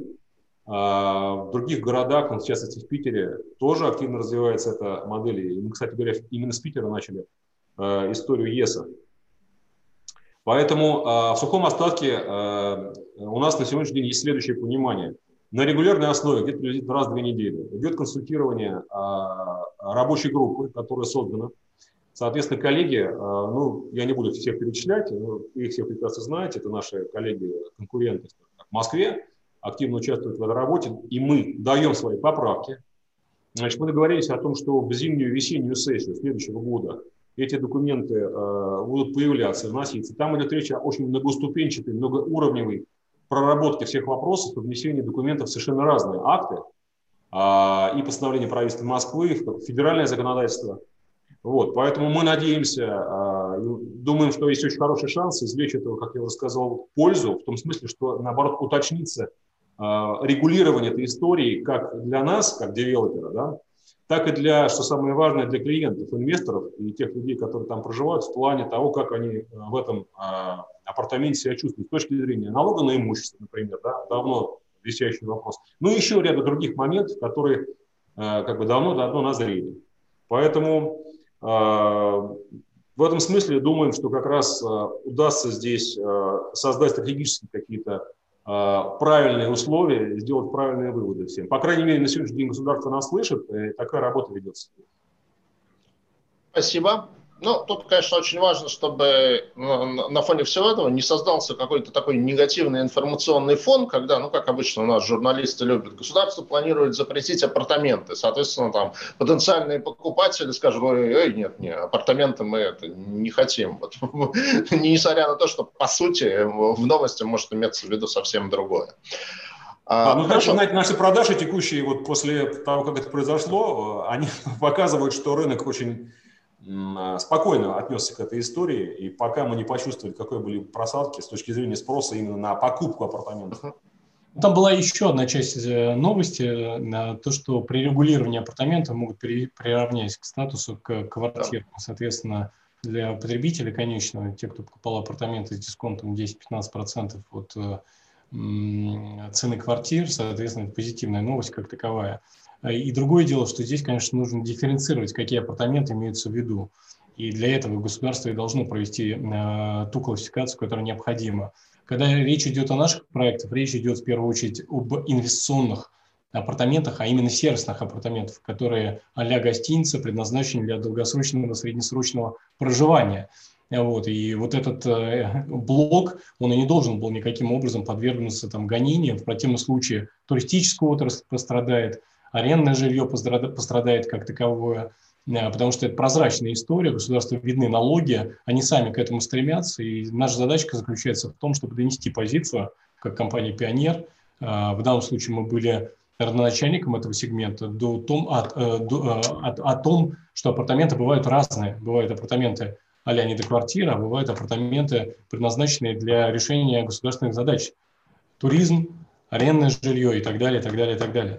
а в других городах, в частности в Питере, тоже активно развивается эта модель. И мы, кстати говоря, именно с Питера начали э, историю ЕСа. Поэтому э, в сухом остатке э, у нас на сегодняшний день есть следующее понимание. На регулярной основе, где-то приблизительно раз в две недели, идет консультирование а, рабочей группы, которая создана. Соответственно, коллеги, а, ну, я не буду всех перечислять, но вы их всех прекрасно знаете, это наши коллеги-конкуренты в Москве, активно участвуют в этой работе, и мы даем свои поправки. Значит, мы договорились о том, что в зимнюю весеннюю сессию следующего года эти документы а, будут появляться, вноситься. Там идет речь о очень многоступенчатой, многоуровневой проработки всех вопросов, внесения документов в совершенно разные акты а, и постановление правительства Москвы, федеральное законодательство. Вот, поэтому мы надеемся, а, думаем, что есть очень хороший шанс извлечь этого, как я уже сказал, пользу, в том смысле, что, наоборот, уточнится а, регулирование этой истории как для нас, как девелопера, да, так и для, что самое важное, для клиентов, инвесторов и тех людей, которые там проживают, в плане того, как они в этом а, апартаменте себя чувствуют с точки зрения налога на имущество, например, да, давно висящий вопрос. Ну и еще ряд других моментов, которые а, как бы давно-давно назрели. Поэтому а, в этом смысле думаем, что как раз а, удастся здесь а, создать стратегические какие-то правильные условия, сделать правильные выводы всем. По крайней мере, на сегодняшний день государство нас слышит, и такая работа ведется. Спасибо. Ну, тут, конечно, очень важно, чтобы на фоне всего этого не создался какой-то такой негативный информационный фон, когда, ну, как обычно у нас журналисты любят, государство планирует запретить апартаменты. Соответственно, там потенциальные покупатели скажут: ой, ой, нет, нет, апартаменты мы это не хотим. Вот. Несмотря на то, что, по сути, в новости может иметься в виду совсем другое. А, ну, хорошо. Знаете, наши продажи текущие, вот после того, как это произошло, они показывают, что рынок очень спокойно отнесся к этой истории, и пока мы не почувствовали, какой были просадки с точки зрения спроса именно на покупку апартаментов. Там была еще одна часть новости, то, что при регулировании апартаментов могут приравнять к статусу к квартирам. Соответственно, для потребителя конечного, те, кто покупал апартаменты с дисконтом десять-пятнадцать процентов от цены квартир, соответственно, это позитивная новость как таковая. И другое дело, что здесь, конечно, нужно дифференцировать, какие апартаменты имеются в виду. И для этого государство и должно провести э, ту классификацию, которая необходима. Когда речь идет о наших проектах, речь идет в первую очередь об инвестиционных апартаментах, а именно сервисных апартаментах, которые а-ля гостиница, предназначены для долгосрочного, среднесрочного проживания. Вот, и вот этот э, блок, он и не должен был никаким образом подвергнуться там, гонениям. В противном случае туристическая отрасль пострадает, арендное жилье пострадает как таковое, потому что это прозрачная история, государству видны налоги, они сами к этому стремятся, и наша задачка заключается в том, чтобы донести позицию, как компания «Пионер». В данном случае мы были родоначальником этого сегмента до том, о, до, о, о том, что апартаменты бывают разные. Бывают апартаменты а-ля недоквартира, а бывают апартаменты, предназначенные для решения государственных задач. Туризм, арендное жилье и так далее, и так далее, и так далее.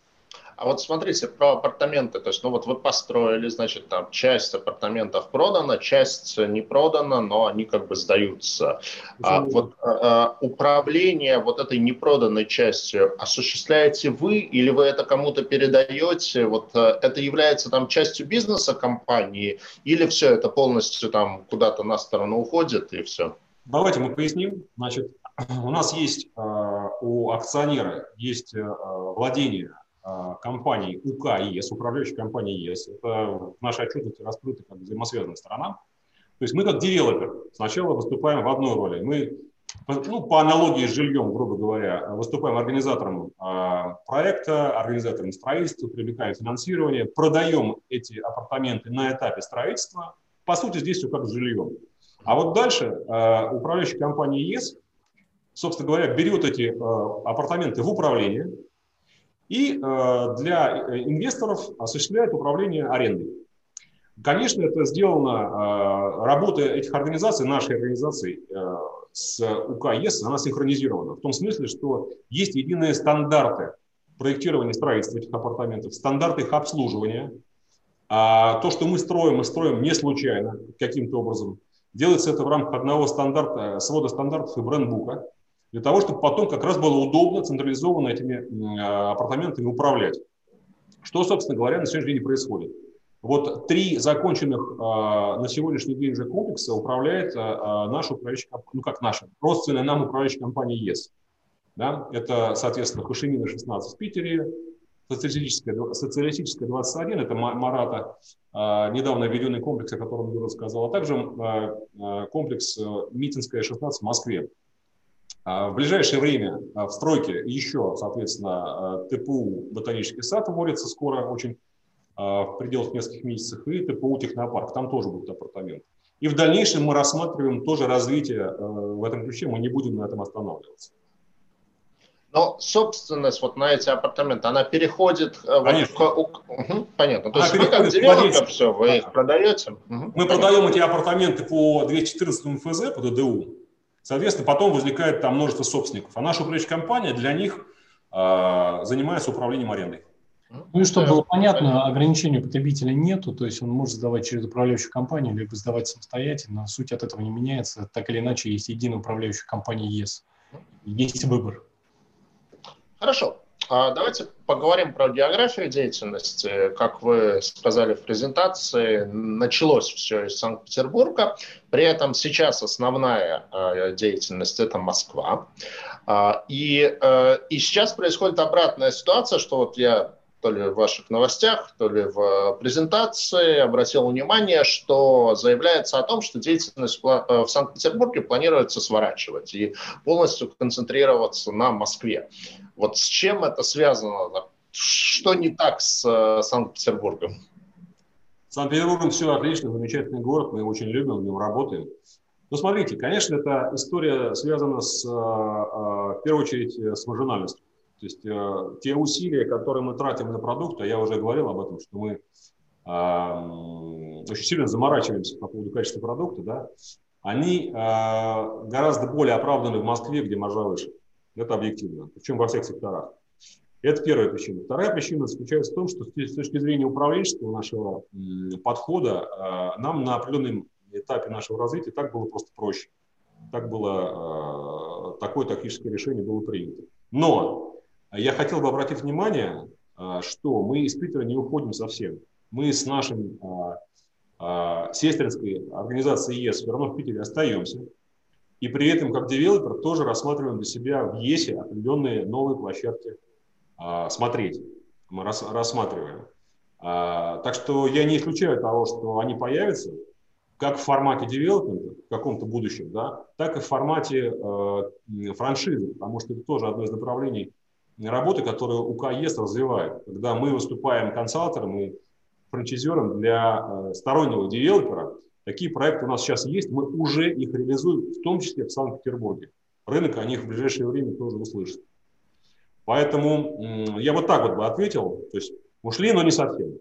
А вот смотрите, про апартаменты, то есть, ну вот вы построили, значит, там часть апартаментов продана, часть не продана, но они как бы сдаются. А, вот а, управление вот этой непроданной частью осуществляете вы или вы это кому-то передаете? Вот а, это является там частью бизнеса компании или все это полностью там куда-то на сторону уходит и все? Давайте мы поясним. Значит, у нас есть а, у акционера есть а, владение компании УК ИЭС, управляющей компании ИЭС. Это в нашей отчетности раскрыто как взаимосвязанная сторона. То есть мы как девелопер сначала выступаем в одной роли. Мы, ну, по аналогии с жильем, грубо говоря, выступаем организатором а, проекта, организатором строительства, привлекаем финансирование, продаем эти апартаменты на этапе строительства. По сути, здесь все как с жильем. А вот дальше а, управляющая компания ИЭС, собственно говоря, берет эти а, апартаменты в управление и э, для инвесторов осуществляет управление арендой. Конечно, это сделано, э, работа этих организаций, нашей организации э, с УК ИЭС, она синхронизирована. В том смысле, что есть единые стандарты проектирования и строительства этих апартаментов, стандарты их обслуживания. А то, что мы строим, мы строим не случайно, каким-то образом. Делается это в рамках одного стандарта, свода стандартов и брендбука, для того, чтобы потом как раз было удобно централизованно этими апартаментами управлять. Что, собственно говоря, на сегодняшний день происходит. Вот три законченных на сегодняшний день уже комплекса управляет наша управляющая компания, ну как наша, родственная нам управляющая компания ИЭС. Да? Это, соответственно, Хошимина шестнадцать в Питере, социалистическая, социалистическая двадцать один, это Марата, недавно введенный комплекс, о котором Юра сказал, а также комплекс Митинская шестнадцать в Москве. В ближайшее время в стройке еще, соответственно, ТПУ «Ботанический сад» вводится скоро, очень в пределах нескольких месяцев, и ТПУ «Технопарк», там тоже будут апартаменты. И в дальнейшем мы рассматриваем тоже развитие в этом ключе, мы не будем на этом останавливаться. Но собственность вот на эти апартаменты, она переходит... Конечно. Вот к... угу, понятно. То она есть вы как девелопер, все, вы их продаете? Угу, мы понятно. Продаем эти апартаменты по двести четырнадцатому эф зэ, по ДДУ. Соответственно, потом возникает там множество собственников. А наша управляющая компания для них э, занимается управлением арендой. Ну и чтобы было понятно, ограничений у потребителя нету, то есть он может сдавать через управляющую компанию, либо сдавать самостоятельно. Суть от этого не меняется. Так или иначе, есть единая управляющая компания ИЭС. Есть выбор. Хорошо. Давайте поговорим про географию деятельности. Как вы сказали в презентации, началось все из Санкт-Петербурга. При этом сейчас основная деятельность – это Москва. И, и сейчас происходит обратная ситуация, что вот я то ли в ваших новостях, то ли в презентации обратил внимание, что заявляется о том, что деятельность в Санкт-Петербурге планируется сворачивать и полностью концентрироваться на Москве. Вот с чем это связано? Что не так с Санкт-Петербургом? С Санкт-Петербургом все отлично, замечательный город, мы его очень любим, в нем работаем. Но смотрите, конечно, эта история связана с, в первую очередь с маржинальностью. То есть э, те усилия, которые мы тратим на продукты, я уже говорил об этом, что мы э, очень сильно заморачиваемся по поводу качества продукта, да, они э, гораздо более оправданы в Москве, где маржа выше. Это объективно, причем во всех секторах. Это первая причина. Вторая причина заключается в том, что с точки зрения управленческого нашего э, подхода э, нам на определенном этапе нашего развития так было просто проще. Так было, э, такое тактическое решение было принято. Но я хотел бы обратить внимание, что мы из Питера не уходим совсем. Мы с нашей сестринской организацией ИЭС все равно в Питере остаемся. И при этом, как девелопер, тоже рассматриваем для себя в ИЭСе определенные новые площадки смотреть. Мы рассматриваем. Так что я не исключаю того, что они появятся как в формате девелопмента в каком-то будущем, да, так и в формате франшизы, потому что это тоже одно из направлений работы, которые УК-ЕС развивает. Когда мы выступаем консалтером и франчайзером для стороннего девелопера, такие проекты у нас сейчас есть, мы уже их реализуем, в том числе в Санкт-Петербурге. Рынок о них в ближайшее время тоже услышит. Поэтому я вот так вот бы ответил, то есть ушли, но не совсем.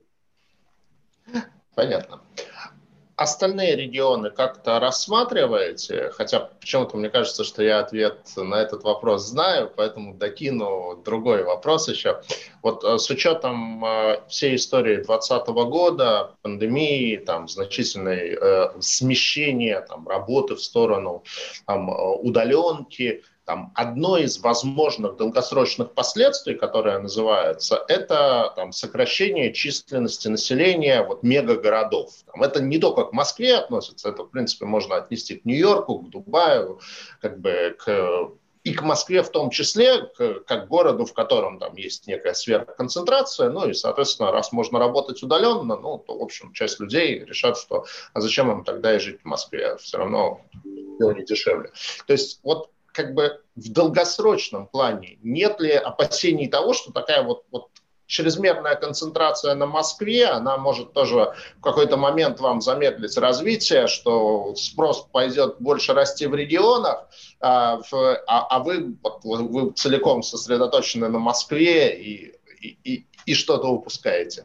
Понятно. Остальные регионы как-то рассматриваете? Хотя почему-то мне кажется, что я ответ на этот вопрос знаю, поэтому докину другой вопрос еще. Вот с учетом всей истории двадцатого года, пандемии, там, значительной э, смещения там, работы в сторону там, удаленки, там, одно из возможных долгосрочных последствий, которое называется, это там, сокращение численности населения вот, мегагородов. Там, это не только к Москве относится, это, в принципе, можно отнести к Нью-Йорку, к Дубаю, как бы к, и к Москве в том числе, к, как городу, в котором там есть некая сверхконцентрация. Ну и, соответственно, раз можно работать удаленно, ну, то, в общем, часть людей решат, что а зачем им тогда и жить в Москве? Все равно дело не дешевле. То есть вот как бы в долгосрочном плане нет ли опасений того, что такая вот, вот чрезмерная концентрация на Москве, она может тоже в какой-то момент вам замедлить развитие, что спрос пойдет больше расти в регионах, а, а, а вы, вы целиком сосредоточены на Москве и, и, и, и что-то упускаете?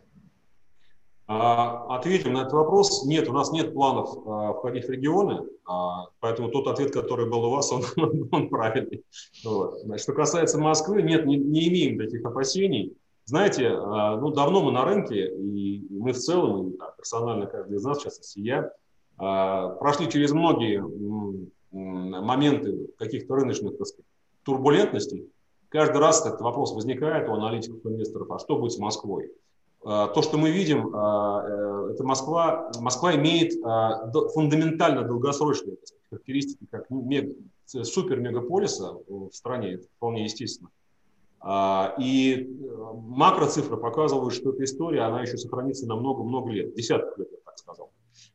Ответим на этот вопрос. Нет, у нас нет планов а, входить в регионы, а, поэтому тот ответ, который был у вас, он, он правильный. Вот. Значит, что касается Москвы, нет, не, не имеем таких опасений. Знаете, а, ну, давно мы на рынке, и мы в целом, и, так, персонально каждый из нас, в частности я, а, прошли через многие м, моменты каких-то рыночных, так сказать, турбулентностей. Каждый раз этот вопрос возникает у аналитиков, инвесторов, а что будет с Москвой? То, что мы видим, это Москва. Москва имеет фундаментально долгосрочные характеристики, как супер-мегаполиса в стране, это вполне естественно. И макроцифры показывают, что эта история, она еще сохранится на много-много лет, десятков лет, я так сказал.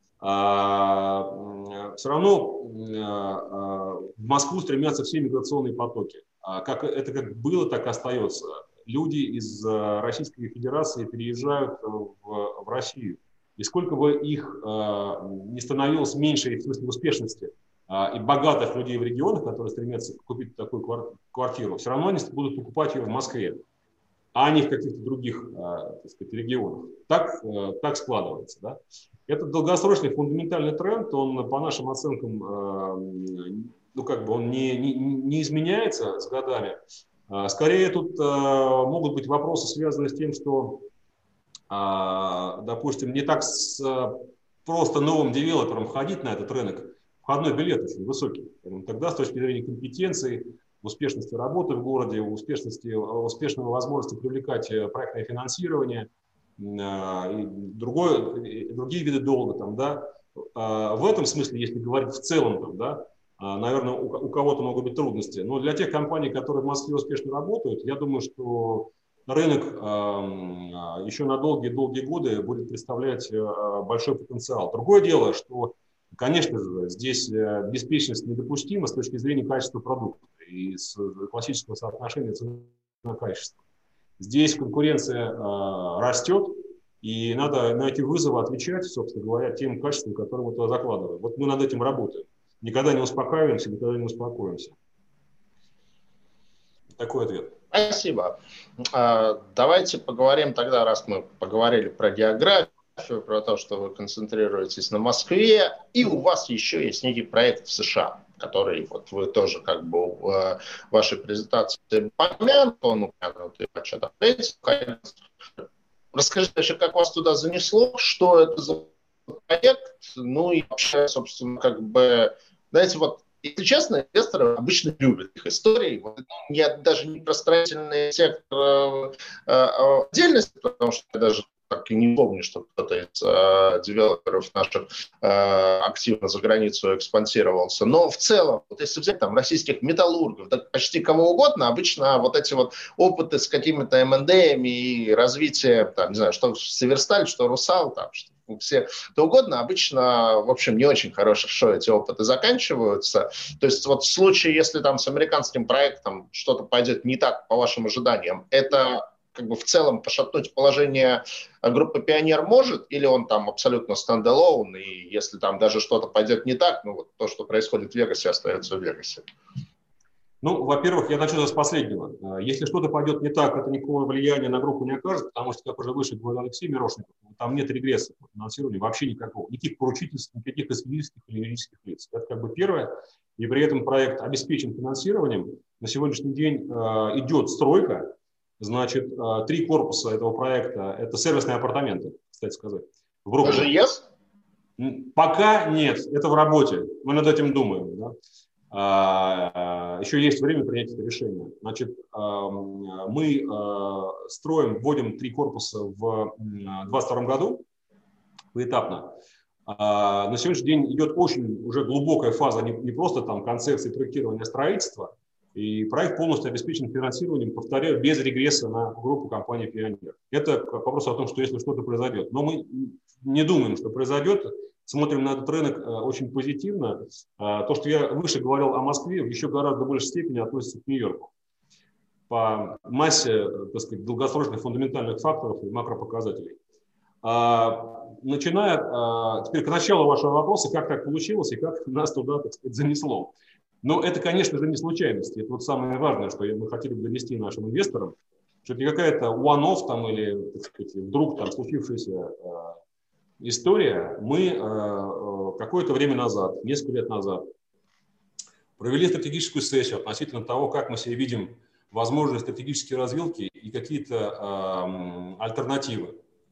Все равно в Москву стремятся все миграционные потоки. Как, это как было, так и остается. Люди из Российской Федерации переезжают в, в Россию. И сколько бы их э, не становилось меньше, в смысле успешности, э, и богатых людей в регионах, которые стремятся купить такую квартиру, все равно они будут покупать ее в Москве, а не в каких-то других э, так сказать, регионах. Так, э, так складывается. Да? Этот долгосрочный фундаментальный тренд, он по нашим оценкам, э, ну, как бы он не, не, не изменяется с годами. Скорее тут э, могут быть вопросы, связанные с тем, что, э, допустим, не так с, э, просто новым девелопером входить на этот рынок. Входной билет очень высокий. Тогда с точки зрения компетенции, успешности работы в городе, успешности, успешной возможности привлекать проектное финансирование э, и, другое, и другие виды долга. Там, да, э, в этом смысле, если говорить в целом, там, да, наверное, у, у кого-то могут быть трудности. Но для тех компаний, которые в Москве успешно работают, я думаю, что рынок э, еще на долгие-долгие годы будет представлять э, большой потенциал. Другое дело, что, конечно же, здесь беспечность недопустима с точки зрения качества продукта и с классического соотношения цена-качество. Здесь конкуренция э, растет, и надо на эти вызовы отвечать, собственно говоря, тем качеством, которое мы туда закладываем. Вот мы над этим работаем. Никогда не успокаиваемся, никогда не успокоимся. Такой ответ. Спасибо. Давайте поговорим тогда, раз мы поговорили про географию, про то, что вы концентрируетесь на Москве, и у вас еще есть некий проект в США, который вот вы тоже как бы в вашей презентации упомянут, он упомянут и в отчетах. Расскажите вообще, как вас туда занесло, что это за проект, ну и вообще, собственно, как бы, знаете, вот, если честно, инвесторы обычно любят их истории. Вот, ну, я даже не про строительный сектор э, отдельности, потому что я даже так и не помню, что кто-то из э, девелоперов наших э, активно за границу экспансировался. Но в целом, вот если взять там российских металлургов, да, почти кого угодно, обычно вот эти вот опыты с какими-то эм энд эми и развитие, там, не знаю, что Северсталь, что Русал, там, что все это угодно. Обычно, в общем, не очень хорошо эти опыты заканчиваются. То есть вот в случае, если там с американским проектом что-то пойдет не так по вашим ожиданиям, это как бы в целом пошатнуть положение группы «Пионер» может, или он там абсолютно стендалон, и если там даже что-то пойдет не так, ну вот то, что происходит в Вегасе, остается в Вегасе? Ну, во-первых, я начну с последнего. Если что-то пойдет не так, это никакого влияния на группу не окажет, потому что, как уже выше говорил Алексей Мирошников, там нет регресса по финансированию вообще никакого. Никаких поручительств, никаких физических или юридических лиц. Это как бы первое. И при этом проект обеспечен финансированием. На сегодняшний день э, идет стройка. Значит, э, три корпуса этого проекта – это сервисные апартаменты, кстати сказать. В Уже есть? Пока нет. Это в работе. Мы над этим думаем. Да? Еще есть время принять это решение. Значит, мы строим, вводим три корпуса в две тысячи двадцать втором году поэтапно. На сегодняшний день идет очень уже глубокая фаза, не просто там концепции проектирования строительства, и проект полностью обеспечен финансированием, повторяю, без регресса на группу компании «Пионер». Это к вопросу о том, что если что-то произойдет. Но мы не думаем, что произойдет. Смотрим на этот рынок очень позитивно. То, что я выше говорил о Москве, в еще гораздо большей степени относится к Нью-Йорку. По массе, так сказать, долгосрочных фундаментальных факторов и макропоказателей. Начиная теперь к началу вашего вопроса, как так получилось и как нас туда, так сказать, занесло. Но это, конечно же, не случайность. Это вот самое важное, что мы хотели бы донести нашим инвесторам, что это не какая-то one-off там или, так сказать, вдруг там случившаяся история. Мы э, какое-то время назад, несколько лет назад, провели стратегическую сессию относительно того, как мы себе видим возможные стратегические развилки и какие-то э, альтернативы.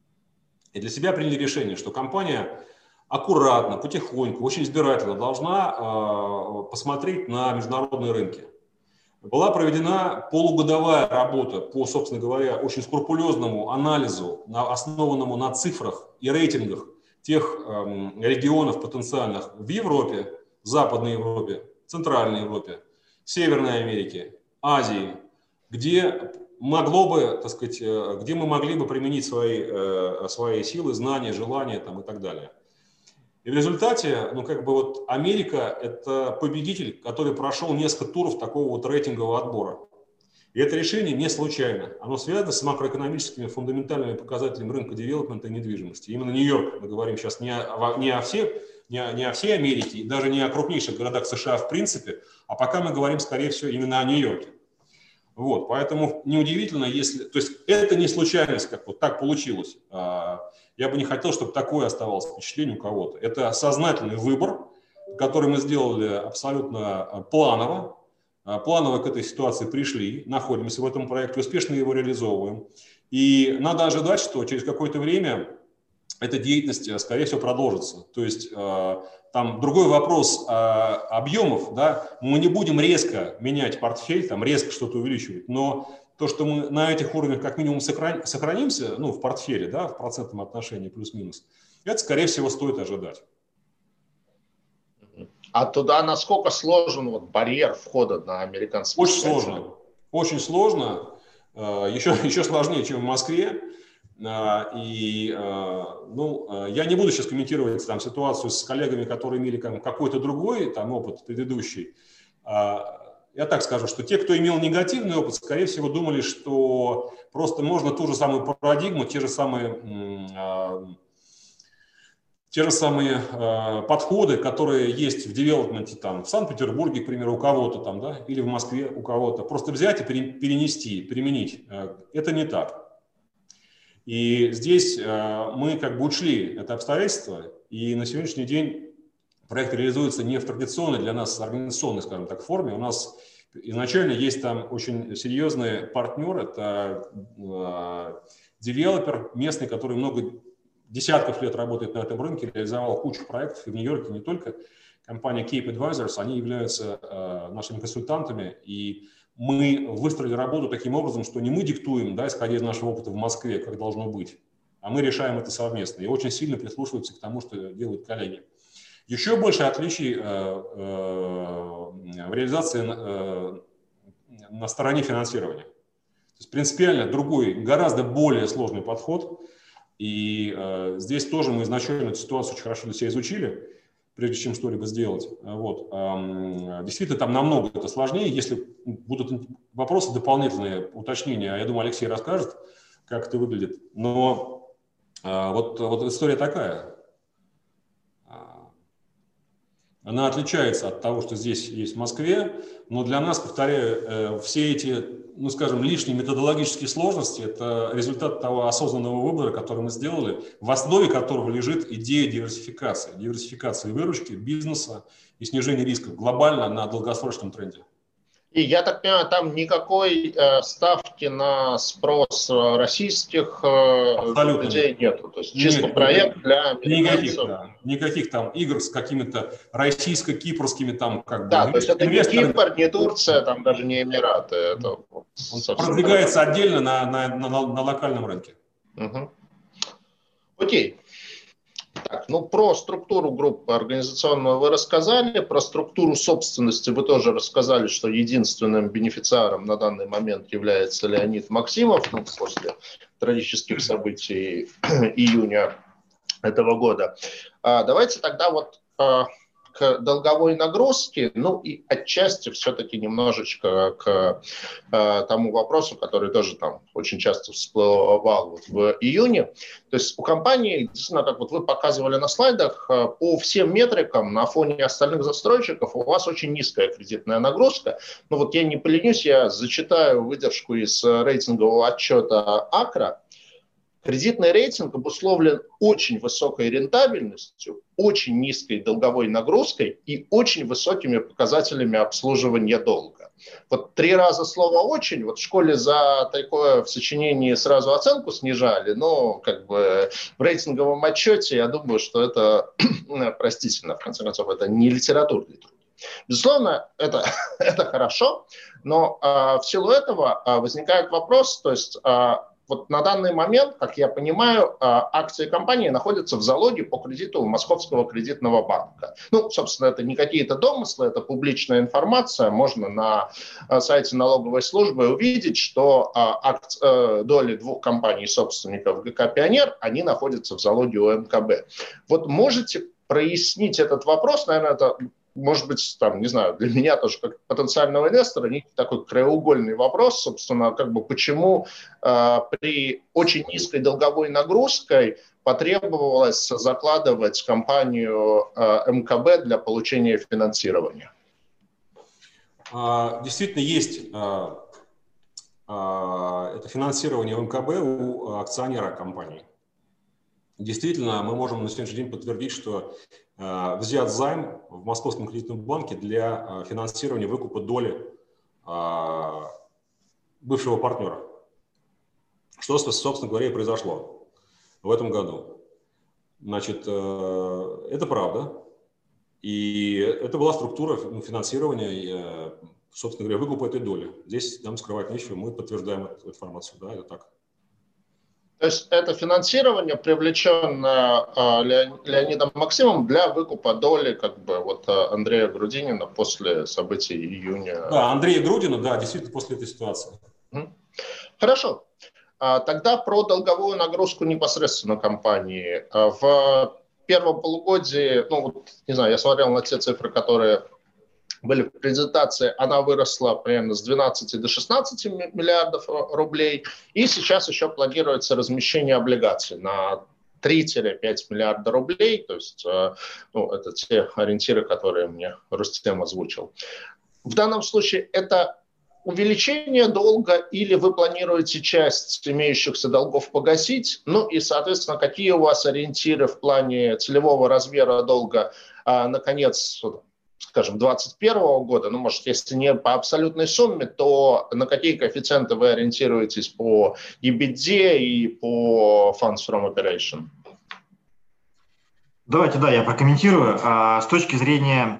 И для себя приняли решение, что компания аккуратно, потихоньку, очень избирательно должна э, посмотреть на международные рынки. Была проведена полугодовая работа по, собственно говоря, очень скрупулезному анализу, основанному на цифрах и рейтингах тех э, регионов потенциальных в Европе, Западной Европе, Центральной Европе, Северной Америке, Азии, где могло бы, так сказать, где мы могли бы применить свои, э, свои силы, знания, желания там, и так далее. И в результате, ну, как бы вот Америка – это победитель, который прошел несколько туров такого вот рейтингового отбора. И это решение не случайно. Оно связано с макроэкономическими фундаментальными показателями рынка девелопмента и недвижимости. Именно Нью-Йорк, мы говорим сейчас не о, не о всех, не о, не о всей Америке, и даже не о крупнейших городах США в принципе, а пока мы говорим, скорее всего, именно о Нью-Йорке. Вот, поэтому неудивительно, если… То есть это не случайность, как вот так получилось. Я бы не хотел, чтобы такое оставалось впечатление у кого-то. Это сознательный выбор, который мы сделали абсолютно планово. Планово к этой ситуации пришли, находимся в этом проекте, успешно его реализовываем. И надо ожидать, что через какое-то время эта деятельность, скорее всего, продолжится. То есть там другой вопрос объемов, да, мы не будем резко менять портфель, там резко что-то увеличивать, но то, что мы на этих уровнях как минимум сохранимся, ну, в портфеле, да, в процентном отношении плюс-минус, это, скорее всего, стоит ожидать. А туда насколько сложен вот барьер входа на американский Очень сложно. Очень сложно. Еще, еще сложнее, чем в Москве. И, ну, я не буду сейчас комментировать там ситуацию с коллегами, которые имели какой-то другой там опыт предыдущий. Я так скажу, что те, кто имел негативный опыт, скорее всего, думали, что просто можно ту же самую парадигму, те же самые, те же самые подходы, которые есть в девелопменте там, в Санкт-Петербурге, к примеру, у кого-то там, да, или в Москве у кого-то, просто взять и перенести, применить. Это не так. И здесь мы как бы учли это обстоятельство, и на сегодняшний день проект реализуется не в традиционной для нас организационной, скажем так, форме. У нас изначально есть там очень серьезный партнер, это э, девелопер местный, который много десятков лет работает на этом рынке, реализовал кучу проектов и в Нью-Йорке не только. Компания Cape Advisors, они являются э, нашими консультантами, и мы выстроили работу таким образом, что не мы диктуем, да, исходя из нашего опыта в Москве, как должно быть, а мы решаем это совместно и очень сильно прислушиваются к тому, что делают коллеги. Еще больше отличий э, э, в реализации э, на стороне финансирования. То есть принципиально другой, гораздо более сложный подход. И э, здесь тоже мы изначально эту ситуацию очень хорошо для себя изучили, прежде чем что-либо сделать. Вот. Эм, действительно, там намного это сложнее. Если будут вопросы дополнительные, уточнения, я думаю, Алексей расскажет, как это выглядит. Но э, вот, вот история такая. Она отличается от того, что здесь есть в Москве, но для нас, повторяю, все эти, ну, скажем, лишние методологические сложности – это результат того осознанного выбора, который мы сделали, в основе которого лежит идея диверсификации, диверсификации выручки, бизнеса и снижения рисков глобально на долгосрочном тренде. И я так понимаю, там никакой э, ставки на спрос российских э, людей нет. нету. То есть чисто нет, проект для американцев. Никаких, да, никаких там игр с какими-то российско-кипрскими там как да, бы. То есть это не Кипр, не Турция, там даже не Эмираты. Это вот Он продвигается так. отдельно на, на, на, на локальном рынке. Угу. Окей. Так, ну, про структуру группы организационную вы рассказали, про структуру собственности вы тоже рассказали, что единственным бенефициаром на данный момент является Леонид Максимов, ну, после трагических событий июня этого года. А, давайте тогда вот а, к долговой нагрузке, ну и отчасти все-таки немножечко к а, тому вопросу, который тоже там очень часто всплывал вот в июне. То есть у компании, действительно, как вот вы показывали на слайдах, по всем метрикам на фоне остальных застройщиков у вас очень низкая кредитная нагрузка. Ну вот я не поленюсь, я зачитаю выдержку из рейтингового отчета АКРА. Кредитный рейтинг обусловлен очень высокой рентабельностью, очень низкой долговой нагрузкой и очень высокими показателями обслуживания долга. Вот три раза слово «очень». Вот в школе за такое в сочинении сразу оценку снижали, но как бы в рейтинговом отчете я думаю, что это простительно, в конце концов, это не литературный труд. Безусловно, это, это хорошо, но а, в силу этого а, возникает вопрос, то есть... А, Вот на данный момент, как я понимаю, акции компании находятся в залоге по кредиту Московского кредитного банка. Ну, собственно, это не какие-то домыслы, это публичная информация. Можно на сайте налоговой службы увидеть, что акции, доли двух компаний-собственников ГК «Пионер», они находятся в залоге у эм ка бэ. Вот можете прояснить этот вопрос? Наверное, это... Может быть, там, не знаю, для меня тоже как потенциального инвестора некий такой краеугольный вопрос, собственно, как бы почему э, при очень низкой долговой нагрузкой потребовалось закладывать компанию э, эм ка бэ для получения финансирования? Действительно, есть это финансирование в эм ка бэ у акционера компании. Действительно, мы можем на сегодняшний день подтвердить, что э, взят займ в Московском кредитном банке для э, финансирования выкупа доли э, бывшего партнера. Что, собственно говоря, и произошло в этом году. Значит, э, это правда. И это была структура финансирования, э, собственно говоря, выкупа этой доли. Здесь нам скрывать нечего, мы подтверждаем эту информацию. Да, это так. То есть это финансирование, привлеченное э, Леонидом Максимовым для выкупа доли как бы, вот, Андрея Грудинина после событий июня. Да, Андрея Грудина, да, действительно, после этой ситуации. Хорошо. А, тогда про долговую нагрузку непосредственно компании. А, в первом полугодии, ну, вот, не знаю, я смотрел на те цифры, которые были в презентации, она выросла примерно с двенадцати до шестнадцати миллиардов рублей, и сейчас еще планируется размещение облигаций на три-пять миллиарда рублей, то есть ну, это те ориентиры, которые мне Рустем озвучил. В данном случае это увеличение долга или вы планируете часть имеющихся долгов погасить? Ну и, соответственно, какие у вас ориентиры в плане целевого размера долга а, на конец, скажем, двадцать первого года? Ну, может, если не по абсолютной сумме, то на какие коэффициенты вы ориентируетесь по и би ай ди и по Funds from Operation? Давайте, да, я прокомментирую. С точки зрения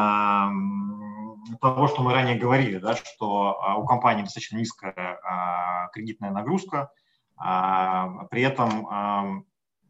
того, что мы ранее говорили, да, что у компании достаточно низкая кредитная нагрузка, при этом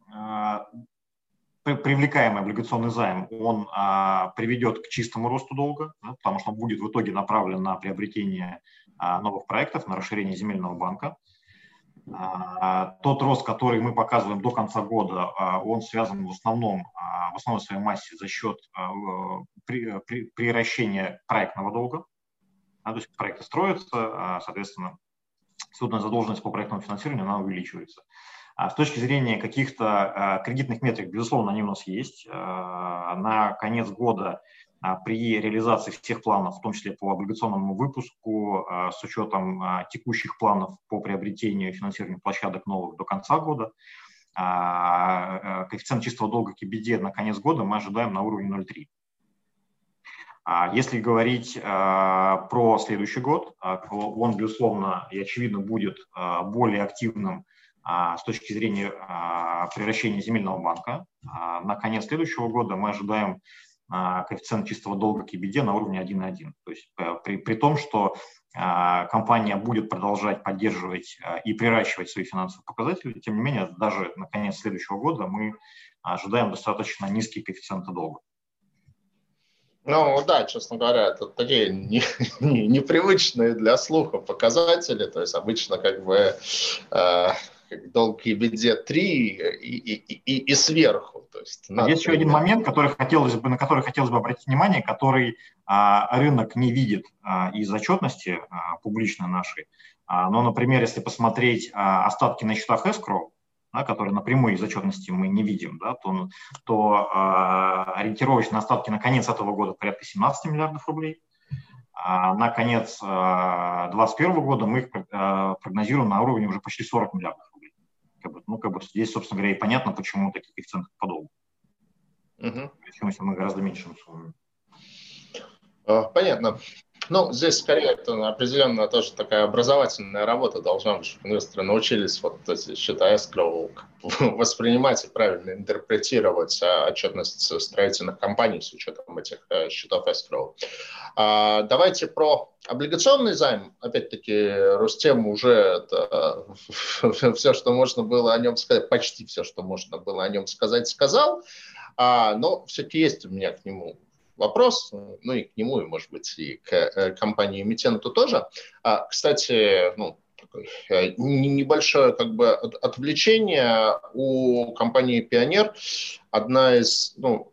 привлекаемый облигационный займ, он приведет к чистому росту долга, да, потому что он будет в итоге направлен на приобретение новых проектов, на расширение земельного банка. Тот рост, который мы показываем до конца года, он связан в основном, в основной своей массе за счет приращения проектного долга. То есть проекты строятся, соответственно, судная задолженность по проектному финансированию, она увеличивается. С точки зрения каких-то кредитных метрик, безусловно, они у нас есть. На конец года при реализации всех планов, в том числе по облигационному выпуску, с учетом текущих планов по приобретению и финансированию площадок новых до конца года, коэффициент чистого долга к EBITDA на конец года мы ожидаем на уровне ноль целых три десятых. Если говорить про следующий год, он, безусловно, и очевидно будет более активным с точки зрения превращения земельного банка. На конец следующего года мы ожидаем коэффициент чистого долга к EBITDA на уровне один целых один. То есть при, при том, что компания будет продолжать поддерживать и приращивать свои финансовые показатели, тем не менее, даже на конец следующего года мы ожидаем достаточно низкие коэффициенты долга. Ну да, честно говоря, это такие не, не, непривычные для слуха показатели. То есть обычно как бы э, долг к EBITDA три и, и, и, и сверху. То есть, надо... Есть еще один момент, который хотелось бы, на который хотелось бы обратить внимание, который а, рынок не видит а, из отчетности а, публичной нашей. А, но, например, если посмотреть а, остатки на счетах escrow, да, которые напрямую из отчетности мы не видим, да, то, то а, ориентировочные остатки на конец этого года порядка семнадцать миллиардов рублей. А на конец а, двадцать первого года мы их а, прогнозируем на уровне уже почти сорок миллиардов рублей. Как бы, ну, как бы здесь, собственно говоря, и понятно, почему такие коэффициенты по долгу. Угу. Почему мы гораздо меньше условия. Понятно. Ну, здесь скорее это определенно тоже такая образовательная работа должна быть, чтобы инвесторы научились вот эти счета escrow воспринимать и правильно интерпретировать отчетность строительных компаний с учетом этих счетов escrow. А, давайте про облигационный займ. Опять-таки, Рустем уже это, все, что можно было о нем сказать, почти все, что можно было о нем сказать, сказал. А, но все-таки есть у меня к нему вопрос, ну и к нему, и, может быть, и к компании-эмитенту тоже. А, кстати, ну, такое небольшое как бы отвлечение у компании «Пионер». Одна из, ну,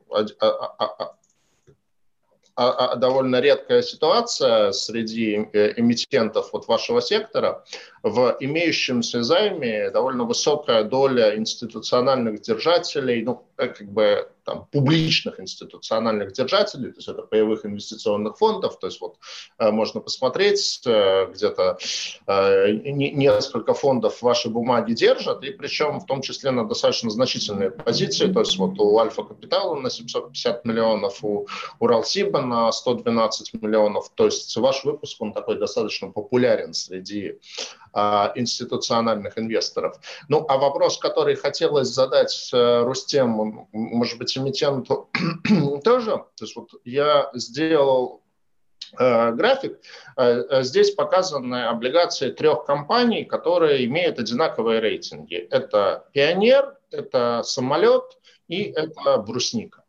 довольно редкая ситуация среди эмитентов вот вашего сектора. В имеющемся займе довольно высокая доля институциональных держателей, ну, как бы там, публичных институциональных держателей, то есть это паевых инвестиционных фондов, то есть вот можно посмотреть, где-то несколько фондов ваши бумаги держат, и причем в том числе на достаточно значительные позиции, то есть вот у Альфа Капитала на семьсот пятьдесят миллионов, у Уралсиба на сто двенадцать миллионов, то есть ваш выпуск, он такой достаточно популярен среди институциональных инвесторов. Ну, а вопрос, который хотелось задать Рустему, может быть, эмитенту тоже, то есть вот я сделал э, график, э, здесь показаны облигации трех компаний, которые имеют одинаковые рейтинги. Это «Пионер», это «Самолет» и это «Брусника».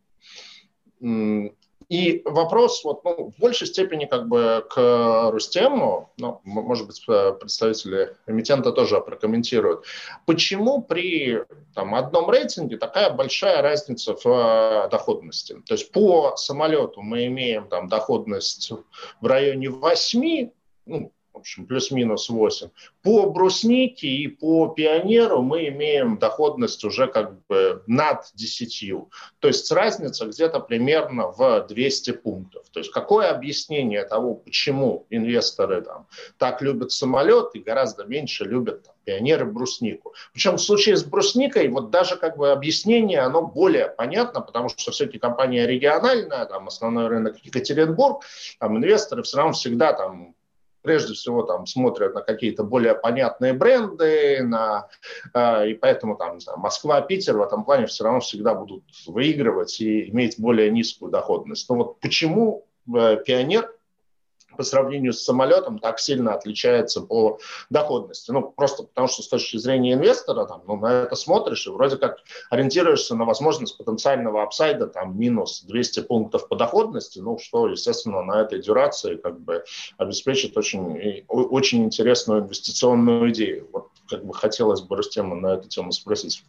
И вопрос вот, ну, в большей степени как бы к Рустему, ну, может быть, представители эмитента тоже прокомментируют. Почему при там, одном рейтинге такая большая разница в доходности? То есть по самолету мы имеем там, доходность в районе восьми, ну, в общем, плюс-минус восемь. По бруснике и по пионеру мы имеем доходность уже как бы над десятью. То есть разница где-то примерно в двести пунктов. То есть какое объяснение того, почему инвесторы там, так любят самолет и гораздо меньше любят там, пионер и бруснику. Причем в случае с брусникой вот даже как бы объяснение, оно более понятно, потому что все-таки компания региональная, там основной рынок Екатеринбург, там инвесторы все равно всегда там прежде всего там смотрят на какие-то более понятные бренды, на, э, и поэтому там, не знаю, Москва, Питер в этом плане все равно всегда будут выигрывать и иметь более низкую доходность. Но вот почему э, «Пионер» по сравнению с самолетом так сильно отличается по доходности? Ну, просто потому что с точки зрения инвестора там, ну, на это смотришь и вроде как ориентируешься на возможность потенциального апсайда там, минус двести пунктов по доходности, ну, что, естественно, на этой дюрации как бы обеспечит очень, очень интересную инвестиционную идею. Вот как бы хотелось бы Рустема на эту тему спросить.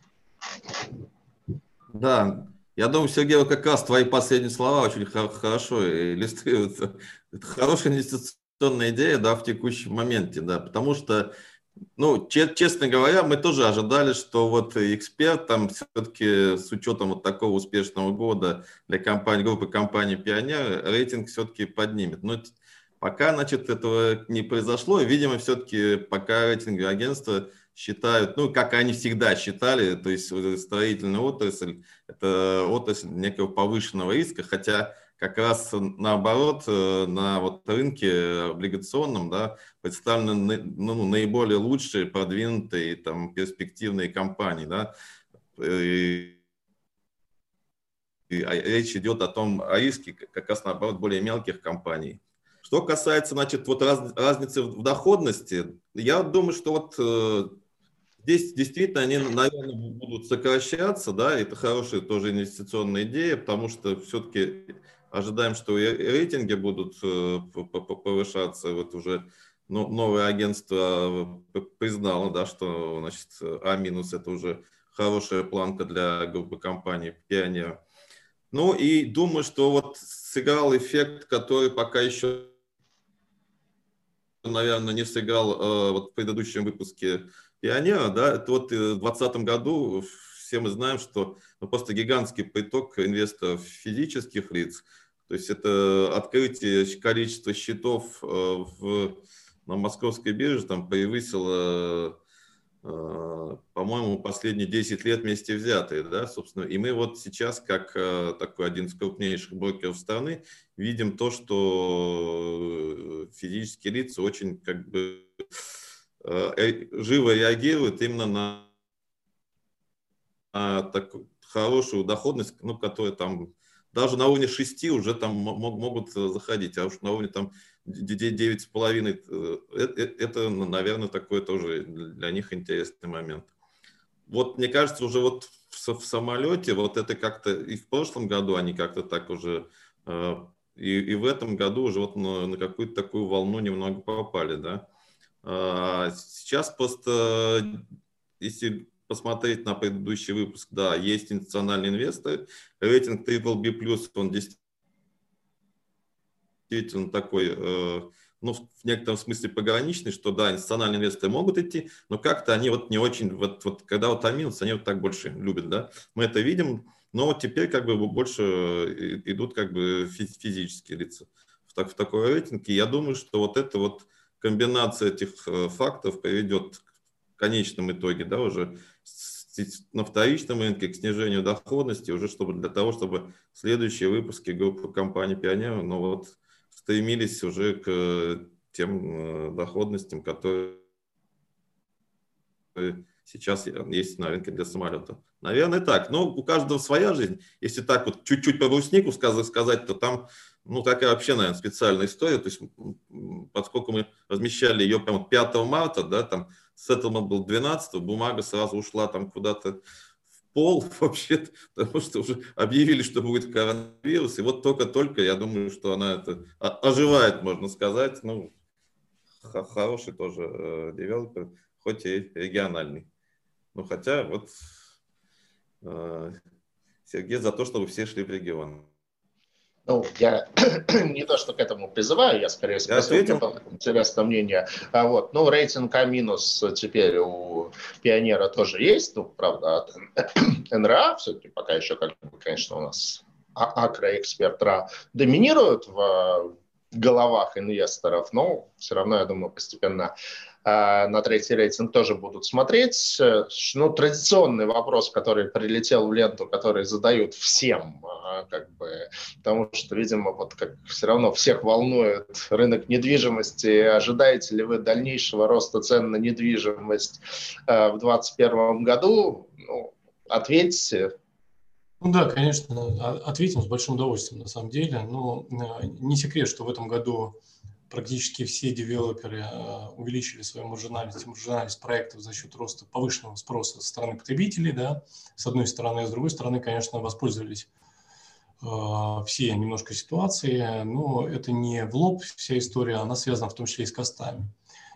Да, я думаю, Сергей, вот как раз твои последние слова очень хорошо иллюстрируют. Это хорошая инвестиционная идея, да, в текущем моменте, да, потому что, ну, честно говоря, мы тоже ожидали, что вот эксперт там все-таки с учетом вот такого успешного года для компании, группы компаний «Пионер» рейтинг все-таки поднимет. Но пока, значит, этого не произошло, и, видимо, все-таки пока рейтинговые агентства считают, ну, как они всегда считали, то есть строительная отрасль – это отрасль некого повышенного риска, хотя как раз наоборот на вот рынке облигационном, да, представлены, ну, наиболее лучшие, продвинутые, там, перспективные компании, да, и, и речь идет о том, о риске как раз наоборот более мелких компаний. Что касается, значит, вот раз, разницы в доходности, я думаю, что вот здесь действительно они, наверное, будут сокращаться, да, это хорошая тоже инвестиционная идея, потому что все-таки ожидаем, что и рейтинги будут повышаться, вот уже новое агентство признало, да, что, значит, А- это уже хорошая планка для группы компаний «Пионер». Ну и думаю, что вот сыграл эффект, который пока еще, наверное, не сыграл вот в предыдущем выпуске «Пионера», да, это вот в две тысячи двадцатом году все мы знаем, что ну, просто гигантский приток инвесторов физических лиц, то есть это открытие количества счетов в, на московской бирже там превысило, по-моему, последние десять лет вместе взятые, да, собственно, и мы вот сейчас, как такой один из крупнейших брокеров страны, видим то, что физические лица очень как бы живо реагируют именно на, на такую хорошую доходность, ну, которая там даже на уровне шести уже там могут заходить, а уж на уровне там девять с половиной, это, наверное, такой тоже для них интересный момент. Вот мне кажется, уже вот в, в самолете, вот это как-то и в прошлом году они как-то так уже, и, и в этом году уже вот на, на какую-то такую волну немного попали, да. Сейчас просто, если посмотреть на предыдущий выпуск, да, есть институциональные инвесторы, рейтинг трипл би плюс, он действительно такой, ну, в некотором смысле пограничный, что, да, институциональные инвесторы могут идти, но как-то они вот не очень, вот, вот когда вот А-, они вот так больше любят, да, мы это видим, но вот теперь как бы больше идут как бы физические лица в, так, в такой рейтинг, и я думаю, что вот это вот комбинация этих фактов приведет в конечном итоге, да, уже на вторичном рынке к снижению доходности, уже чтобы для того, чтобы следующие выпуски группы компаний «Пионер», ну вот, стремились уже к тем доходностям, которые сейчас есть на рынке для самолета. Наверное, так. Но у каждого своя жизнь. Если так вот чуть-чуть по бруснику сказать, то там, ну, такая вообще, наверное, специальная история. То есть, поскольку мы размещали ее прямо пятого марта, да, там сеттlemент был двенадцатого, бумага сразу ушла там куда-то в пол вообще, потому что уже объявили, что будет коронавирус. И вот только-только, я думаю, что она это оживает, можно сказать. Ну, хороший тоже девелопер, хоть и региональный. Ну, хотя вот э, Сергей за то, чтобы все шли в регион. Ну, я не то, что к этому призываю, я скорее спросил, мне было интересное мнение. А вот, ну, рейтинг А- теперь у «Пионера» тоже есть, ну, правда, от эн эр а, все-таки пока еще, как бы, конечно, у нас акроэксперт РА доминирует в головах инвесторов, но все равно, я думаю, постепенно на третий рейтинг тоже будут смотреть. Ну, традиционный вопрос, который прилетел в ленту, который задают всем, как бы, потому что, видимо, вот как все равно всех волнует рынок недвижимости. Ожидаете ли вы дальнейшего роста цен на недвижимость в двадцать первом году? Ну, ответьте. Ну да, конечно, ответим с большим удовольствием, на самом деле. Но не секрет, что в этом году практически все девелоперы увеличили свою маржинальность, маржинальность проектов за счет роста повышенного спроса со стороны потребителей, да, с одной стороны, а с другой стороны, конечно, воспользовались все немножко ситуации, но это не в лоб вся история, она связана в том числе и с костами.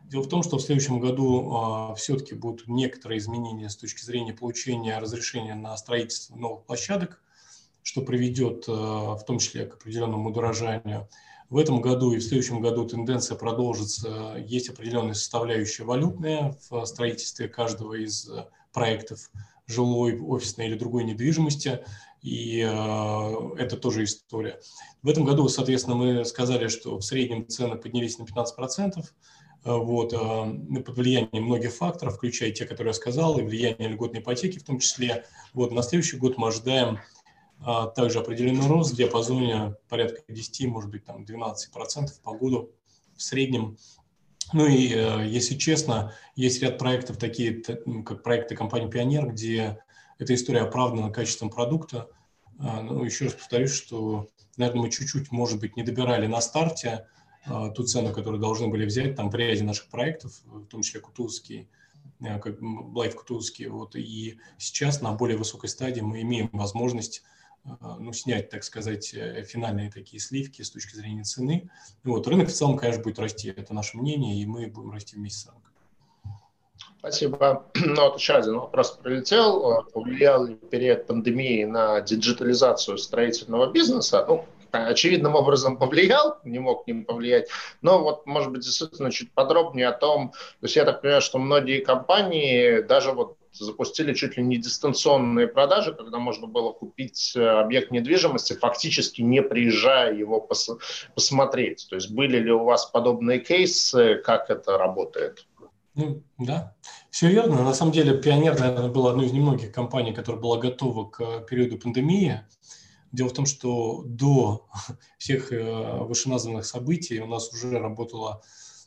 Дело в том, что в следующем году все-таки будут некоторые изменения с точки зрения получения разрешения на строительство новых площадок, что приведет в том числе к определенному удорожанию. В этом году и в следующем году тенденция продолжится. Есть определенная составляющая валютная в строительстве каждого из проектов жилой, офисной или другой недвижимости, и э, это тоже история. В этом году, соответственно, мы сказали, что в среднем цены поднялись на пятнадцать процентов, э, вот, э, под влиянием многих факторов, включая те, которые я сказал, и влияние льготной ипотеки в том числе. Вот, на следующий год мы ожидаем э, также определенный рост в диапазоне порядка десять, может быть, там двенадцать процентов по году в среднем. Ну и, если честно, есть ряд проектов, такие как проекты компании «Пионер», где эта история оправдана качеством продукта. Ну, еще раз повторюсь, что, наверное, мы чуть-чуть, может быть, не добирали на старте ту цену, которую должны были взять там в ряде наших проектов, в том числе Кутузовский, как Блайф Кутузовский. Вот, и сейчас на более высокой стадии мы имеем возможность ну, снять, так сказать, финальные такие сливки с точки зрения цены. Вот. Рынок в целом, конечно, будет расти. Это наше мнение, и мы будем расти вместе с рынком. Спасибо. Ну, вот еще один вопрос прилетел. Повлиял ли период пандемии на диджитализацию строительного бизнеса? Ну, очевидным образом повлиял, не мог не повлиять. Но вот, может быть, действительно чуть подробнее о том, то есть я так понимаю, что многие компании даже вот запустили чуть ли не дистанционные продажи, когда можно было купить объект недвижимости, фактически не приезжая его пос- посмотреть. То есть были ли у вас подобные кейсы, как это работает? Ну, да, все верно. На самом деле «Пионер», наверное, был одной из немногих компаний, которая была готова к периоду пандемии. Дело в том, что до всех вышеназванных событий у нас уже работала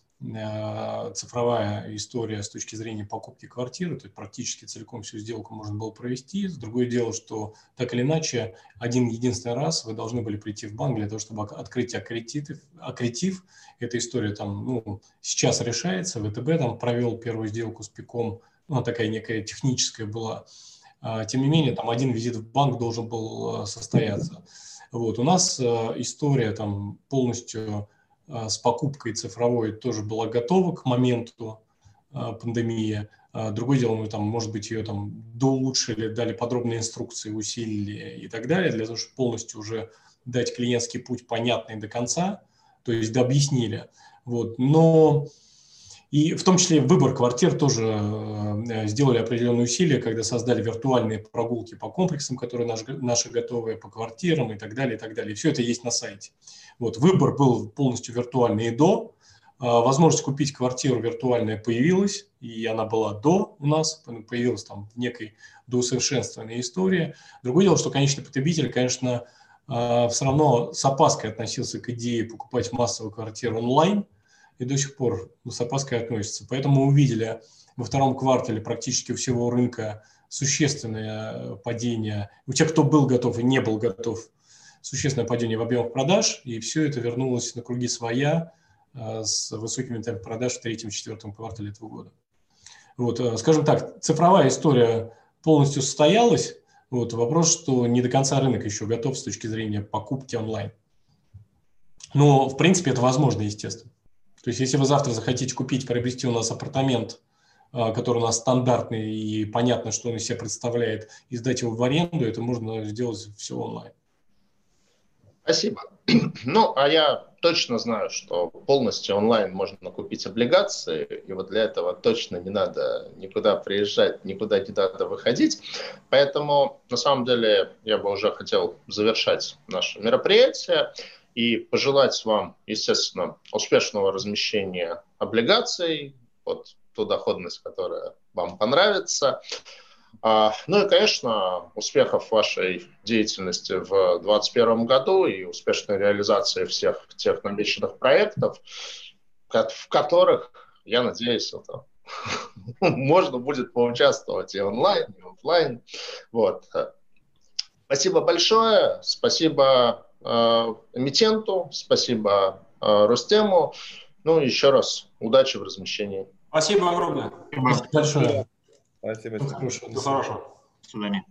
цифровая история с точки зрения покупки квартиры, то есть практически целиком всю сделку можно было провести. Другое дело, что так или иначе один единственный раз вы должны были прийти в банк для того, чтобы открыть аккредитив. аккредитив. Эта история там, ну, сейчас решается. ВТБ там провел первую сделку с ПИКом, ну, она такая некая техническая была. Тем не менее, там один визит в банк должен был состояться. Вот. У нас история там полностью с покупкой цифровой тоже была готова к моменту пандемии. Другое дело, мы там, может быть, ее там доулучшили, дали подробные инструкции, усилили и так далее, для того, чтобы полностью уже дать клиентский путь понятный до конца, то есть дообъяснили. Вот. Но и в том числе выбор квартир тоже сделали определенные усилия, когда создали виртуальные прогулки по комплексам, которые наши, наши готовые, по квартирам и так далее, и так далее. И все это есть на сайте. Вот, выбор был полностью виртуальный и до. Возможность купить квартиру виртуальная появилась, и она была до у нас, появилась там в некой доусовершенствованной истории. Другое дело, что конечный потребитель, конечно, все равно с опаской относился к идее покупать массовую квартиру онлайн, и до сих пор с опаской относится. Поэтому мы увидели во втором квартале практически у всего рынка существенное падение. У тех, кто был готов и не был готов, существенное падение в объемах продаж, и все это вернулось на круги своя с высокими темпами продаж в третьем-четвертом квартале этого года. Вот, скажем так, цифровая история полностью состоялась. Вот, вопрос, что не до конца рынок еще готов с точки зрения покупки онлайн. Но, в принципе, это возможно, естественно. То есть, если вы завтра захотите купить, приобрести у нас апартамент, который у нас стандартный и понятно, что он из себя представляет, и сдать его в аренду, это можно сделать все онлайн. Спасибо. Ну, а я точно знаю, что полностью онлайн можно купить облигации, и вот для этого точно не надо никуда приезжать, никуда не надо выходить. Поэтому, на самом деле, я бы уже хотел завершать наше мероприятие и пожелать вам, естественно, успешного размещения облигаций, вот ту доходность, которая вам понравится. Ну и, конечно, успехов в вашей деятельности в две тысячи двадцать первом году и успешной реализации всех тех намеченных проектов, в которых, я надеюсь, это можно будет поучаствовать и онлайн, и офлайн. Вот. Спасибо большое, спасибо эмитенту, спасибо Рустему. Ну и еще раз удачи в размещении. Спасибо огромное. Спасибо большое. Спасибо. Всего хорошего. Всего хорошего. До свидания.